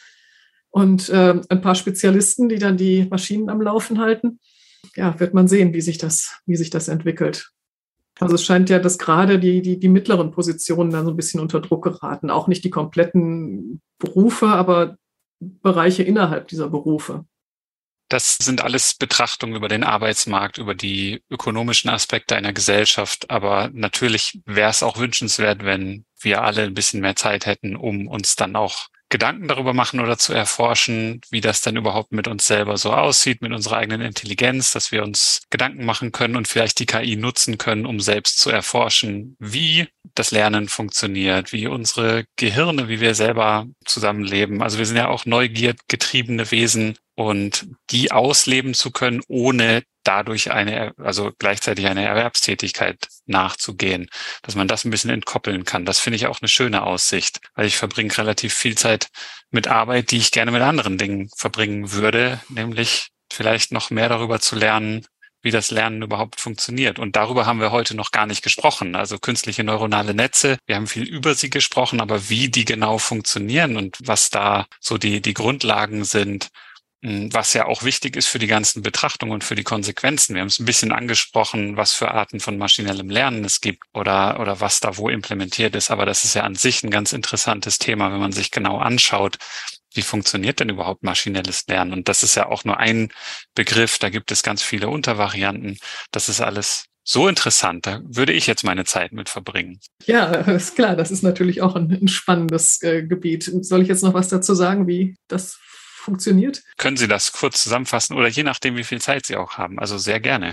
Und äh, ein paar Spezialisten, die dann die Maschinen am Laufen halten. Ja, wird man sehen, wie sich das, wie sich das entwickelt. Also es scheint ja, dass gerade die, die, die mittleren Positionen dann so ein bisschen unter Druck geraten. Auch nicht die kompletten Berufe, aber Bereiche innerhalb dieser Berufe. Das sind alles Betrachtungen über den Arbeitsmarkt, über die ökonomischen Aspekte einer Gesellschaft. Aber natürlich wäre es auch wünschenswert, wenn wir alle ein bisschen mehr Zeit hätten, um uns dann auch Gedanken darüber machen oder zu erforschen, wie das dann überhaupt mit uns selber so aussieht, mit unserer eigenen Intelligenz, dass wir uns Gedanken machen können und vielleicht die K I nutzen können, um selbst zu erforschen, wie das Lernen funktioniert, wie unsere Gehirne, wie wir selber zusammenleben. Also wir sind ja auch neugiergetriebene Wesen und die ausleben zu können, ohne dadurch eine, also gleichzeitig eine Erwerbstätigkeit nachzugehen, dass man das ein bisschen entkoppeln kann. Das finde ich auch eine schöne Aussicht, weil ich verbringe relativ viel Zeit mit Arbeit, die ich gerne mit anderen Dingen verbringen würde, nämlich vielleicht noch mehr darüber zu lernen, wie das Lernen überhaupt funktioniert. Und darüber haben wir heute noch gar nicht gesprochen. Also künstliche neuronale Netze, wir haben viel über sie gesprochen, aber wie die genau funktionieren und was da so die, die Grundlagen sind, was ja auch wichtig ist für die ganzen Betrachtungen und für die Konsequenzen. Wir haben es ein bisschen angesprochen, was für Arten von maschinellem Lernen es gibt oder, oder was da wo implementiert ist. Aber das ist ja an sich ein ganz interessantes Thema, wenn man sich genau anschaut, wie funktioniert denn überhaupt maschinelles Lernen? Und das ist ja auch nur ein Begriff, da gibt es ganz viele Untervarianten. Das ist alles so interessant, da würde ich jetzt meine Zeit mit verbringen. Ja, ist klar, das ist natürlich auch ein, ein spannendes äh, Gebiet. Soll ich jetzt noch was dazu sagen, wie das funktioniert? Können Sie das kurz zusammenfassen oder je nachdem, wie viel Zeit Sie auch haben? Also sehr gerne.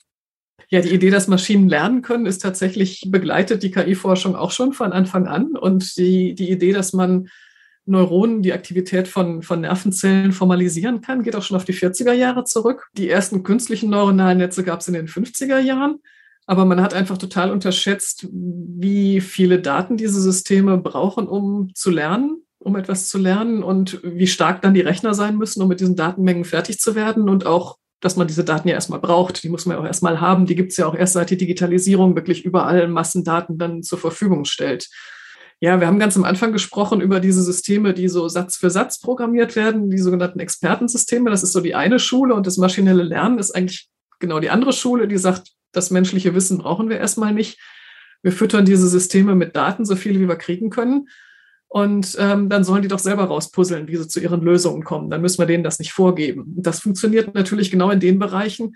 Ja, die Idee, dass Maschinen lernen können, ist tatsächlich, begleitet die K I-Forschung auch schon von Anfang an. Und die, die Idee, dass man Neuronen, die Aktivität von, von Nervenzellen formalisieren kann, geht auch schon auf die vierziger Jahre zurück. Die ersten künstlichen neuronalen Netze gab es in den fünfziger Jahren. Aber man hat einfach total unterschätzt, wie viele Daten diese Systeme brauchen, um zu lernen, um etwas zu lernen und wie stark dann die Rechner sein müssen, um mit diesen Datenmengen fertig zu werden und auch, dass man diese Daten ja erstmal braucht. Die muss man ja auch erstmal haben. Die gibt es ja auch erst seit die Digitalisierung wirklich überall Massendaten dann zur Verfügung stellt. Ja, wir haben ganz am Anfang gesprochen über diese Systeme, die so Satz für Satz programmiert werden, die sogenannten Expertensysteme. Das ist so die eine Schule und das maschinelle Lernen ist eigentlich genau die andere Schule, die sagt, das menschliche Wissen brauchen wir erstmal nicht. Wir füttern diese Systeme mit Daten, so viele wie wir kriegen können. Und ähm, dann sollen die doch selber rauspuzzeln, wie sie zu ihren Lösungen kommen. Dann müssen wir denen das nicht vorgeben. Das funktioniert natürlich genau in den Bereichen,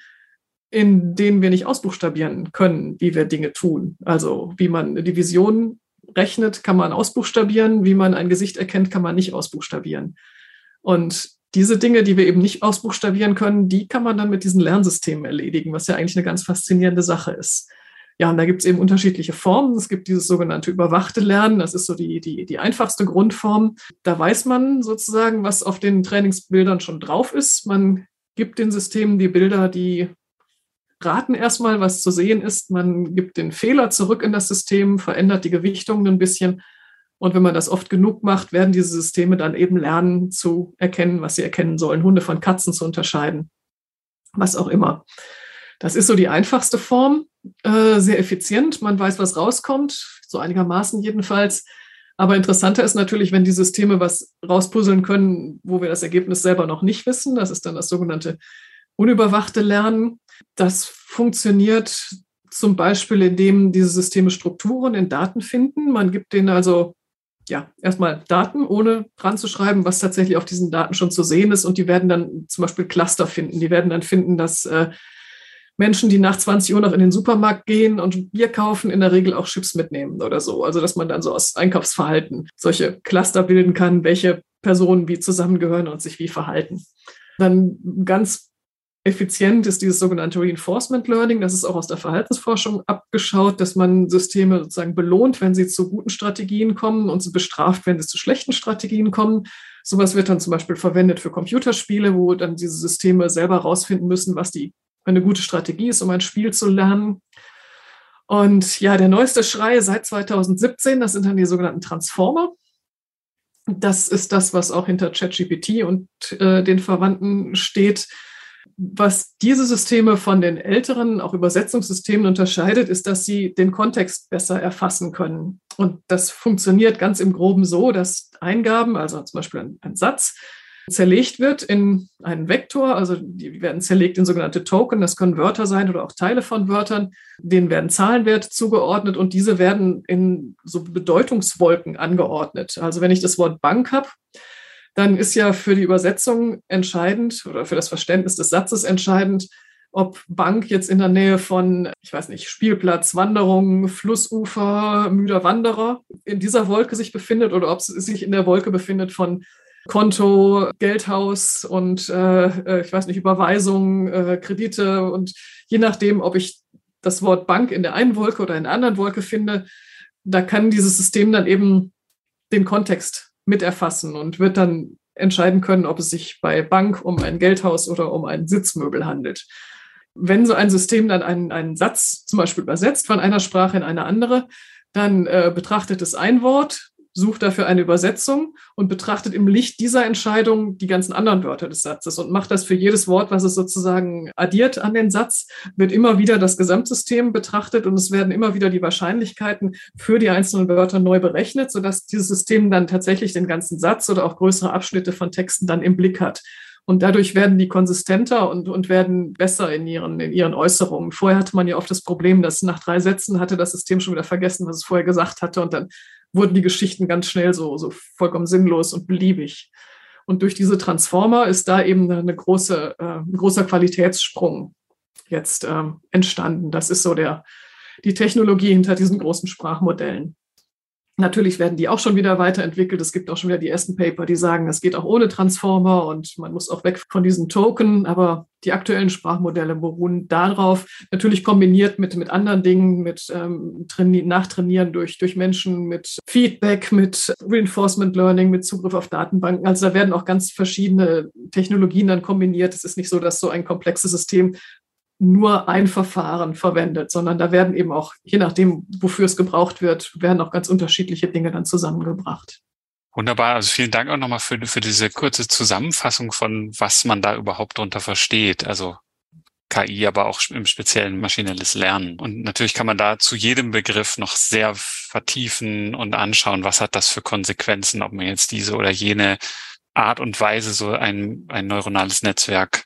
in denen wir nicht ausbuchstabieren können, wie wir Dinge tun. Also wie man eine Division rechnet, kann man ausbuchstabieren. Wie man ein Gesicht erkennt, kann man nicht ausbuchstabieren. Und diese Dinge, die wir eben nicht ausbuchstabieren können, die kann man dann mit diesen Lernsystemen erledigen, was ja eigentlich eine ganz faszinierende Sache ist. Ja, und da gibt es eben unterschiedliche Formen. Es gibt dieses sogenannte überwachte Lernen. Das ist so die, die, die einfachste Grundform. Da weiß man sozusagen, was auf den Trainingsbildern schon drauf ist. Man gibt den Systemen die Bilder, die raten erstmal, was zu sehen ist. Man gibt den Fehler zurück in das System, verändert die Gewichtungen ein bisschen. Und wenn man das oft genug macht, werden diese Systeme dann eben lernen zu erkennen, was sie erkennen sollen, Hunde von Katzen zu unterscheiden, was auch immer. Das ist so die einfachste Form, äh, sehr effizient. Man weiß, was rauskommt, so einigermaßen jedenfalls. Aber interessanter ist natürlich, wenn die Systeme was rauspuzzeln können, wo wir das Ergebnis selber noch nicht wissen. Das ist dann das sogenannte unüberwachte Lernen. Das funktioniert zum Beispiel, indem diese Systeme Strukturen in Daten finden. Man gibt denen also ja erstmal Daten, ohne dran zu schreiben, was tatsächlich auf diesen Daten schon zu sehen ist. Und die werden dann zum Beispiel Cluster finden. Die werden dann finden, dass äh, Menschen, die nach zwanzig Uhr noch in den Supermarkt gehen und Bier kaufen, in der Regel auch Chips mitnehmen oder so. Also dass man dann so aus Einkaufsverhalten solche Cluster bilden kann, welche Personen wie zusammengehören und sich wie verhalten. Dann ganz effizient ist dieses sogenannte Reinforcement Learning. Das ist auch aus der Verhaltensforschung abgeschaut, dass man Systeme sozusagen belohnt, wenn sie zu guten Strategien kommen und sie bestraft, wenn sie zu schlechten Strategien kommen. Sowas wird dann zum Beispiel verwendet für Computerspiele, wo dann diese Systeme selber rausfinden müssen, was die eine gute Strategie ist, um ein Spiel zu lernen. Und ja, der neueste Schrei seit zweitausendsiebzehn, das sind dann die sogenannten Transformer. Das ist das, was auch hinter ChatGPT und äh, den Verwandten steht. Was diese Systeme von den älteren, auch Übersetzungssystemen unterscheidet, ist, dass sie den Kontext besser erfassen können. Und das funktioniert ganz im Groben so, dass Eingaben, also zum Beispiel ein, ein Satz, zerlegt wird in einen Vektor, also die werden zerlegt in sogenannte Token, das können Wörter sein oder auch Teile von Wörtern, denen werden Zahlenwerte zugeordnet und diese werden in so Bedeutungswolken angeordnet. Also wenn ich das Wort Bank habe, dann ist ja für die Übersetzung entscheidend oder für das Verständnis des Satzes entscheidend, ob Bank jetzt in der Nähe von, ich weiß nicht, Spielplatz, Wanderung, Flussufer, müder Wanderer in dieser Wolke sich befindet oder ob es sich in der Wolke befindet von Konto, Geldhaus und äh, ich weiß nicht, Überweisungen, äh, Kredite und je nachdem, ob ich das Wort Bank in der einen Wolke oder in der anderen Wolke finde, da kann dieses System dann eben den Kontext mit erfassen und wird dann entscheiden können, ob es sich bei Bank um ein Geldhaus oder um ein Sitzmöbel handelt. Wenn so ein System dann einen, einen Satz zum Beispiel übersetzt von einer Sprache in eine andere, dann äh, betrachtet es ein Wort, sucht dafür eine Übersetzung und betrachtet im Licht dieser Entscheidung die ganzen anderen Wörter des Satzes und macht das für jedes Wort, was es sozusagen addiert an den Satz, wird immer wieder das Gesamtsystem betrachtet und es werden immer wieder die Wahrscheinlichkeiten für die einzelnen Wörter neu berechnet, sodass dieses System dann tatsächlich den ganzen Satz oder auch größere Abschnitte von Texten dann im Blick hat. Und dadurch werden die konsistenter und, und werden besser in ihren, in ihren Äußerungen. Vorher hatte man ja oft das Problem, dass nach drei Sätzen hatte das System schon wieder vergessen, was es vorher gesagt hatte. Und dann wurden die Geschichten ganz schnell so, so vollkommen sinnlos und beliebig. Und durch diese Transformer ist da eben eine große, äh, ein großer Qualitätssprung jetzt äh, entstanden. Das ist so der, die Technologie hinter diesen großen Sprachmodellen. Natürlich werden die auch schon wieder weiterentwickelt. Es gibt auch schon wieder die ersten Paper, die sagen, es geht auch ohne Transformer und man muss auch weg von diesen Token. Aber die aktuellen Sprachmodelle beruhen darauf, natürlich kombiniert mit, mit anderen Dingen, mit ähm, Traini- Nachtrainieren durch, durch Menschen, mit Feedback, mit Reinforcement Learning, mit Zugriff auf Datenbanken. Also da werden auch ganz verschiedene Technologien dann kombiniert. Es ist nicht so, dass so ein komplexes System nur ein Verfahren verwendet, sondern da werden eben auch, je nachdem, wofür es gebraucht wird, werden auch ganz unterschiedliche Dinge dann zusammengebracht. Wunderbar. Also vielen Dank auch nochmal für, für diese kurze Zusammenfassung von, was man da überhaupt drunter versteht. Also K I, aber auch im speziellen maschinelles Lernen. Und natürlich kann man da zu jedem Begriff noch sehr vertiefen und anschauen, was hat das für Konsequenzen, ob man jetzt diese oder jene Art und Weise so ein, ein neuronales Netzwerk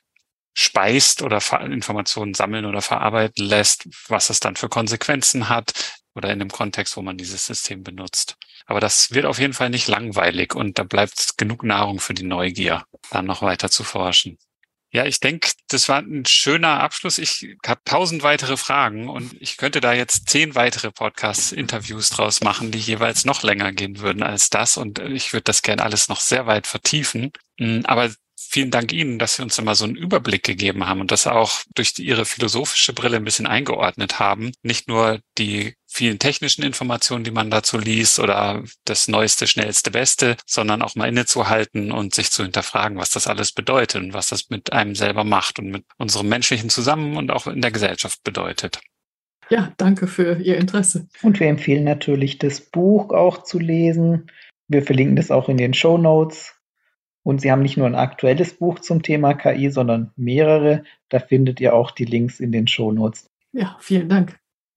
speist oder Informationen sammeln oder verarbeiten lässt, was das dann für Konsequenzen hat oder in dem Kontext, wo man dieses System benutzt. Aber das wird auf jeden Fall nicht langweilig und da bleibt genug Nahrung für die Neugier, dann noch weiter zu forschen. Ja, ich denke, das war ein schöner Abschluss. Ich habe tausend weitere Fragen und ich könnte da jetzt zehn weitere Podcast-Interviews draus machen, die jeweils noch länger gehen würden als das und ich würde das gerne alles noch sehr weit vertiefen. Aber vielen Dank Ihnen, dass Sie uns immer so einen Überblick gegeben haben und das auch durch die, Ihre philosophische Brille ein bisschen eingeordnet haben. Nicht nur die vielen technischen Informationen, die man dazu liest oder das Neueste, Schnellste, Beste, sondern auch mal innezuhalten und sich zu hinterfragen, was das alles bedeutet und was das mit einem selber macht und mit unserem menschlichen Zusammen- und auch in der Gesellschaft bedeutet. Ja, danke für Ihr Interesse. Und wir empfehlen natürlich, das Buch auch zu lesen. Wir verlinken das auch in den Shownotes. Und Sie haben nicht nur ein aktuelles Buch zum Thema K I, sondern mehrere. Da findet ihr auch die Links in den Shownotes. Ja, vielen Dank.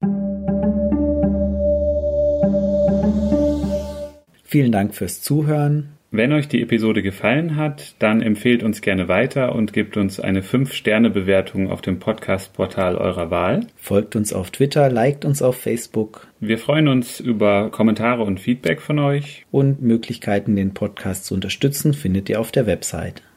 Vielen Dank fürs Zuhören. Wenn euch die Episode gefallen hat, dann empfehlt uns gerne weiter und gebt uns eine fünf Sterne Bewertung auf dem Podcast-Portal eurer Wahl. Folgt uns auf Twitter, liked uns auf Facebook. Wir freuen uns über Kommentare und Feedback von euch. Und Möglichkeiten, den Podcast zu unterstützen, findet ihr auf der Website.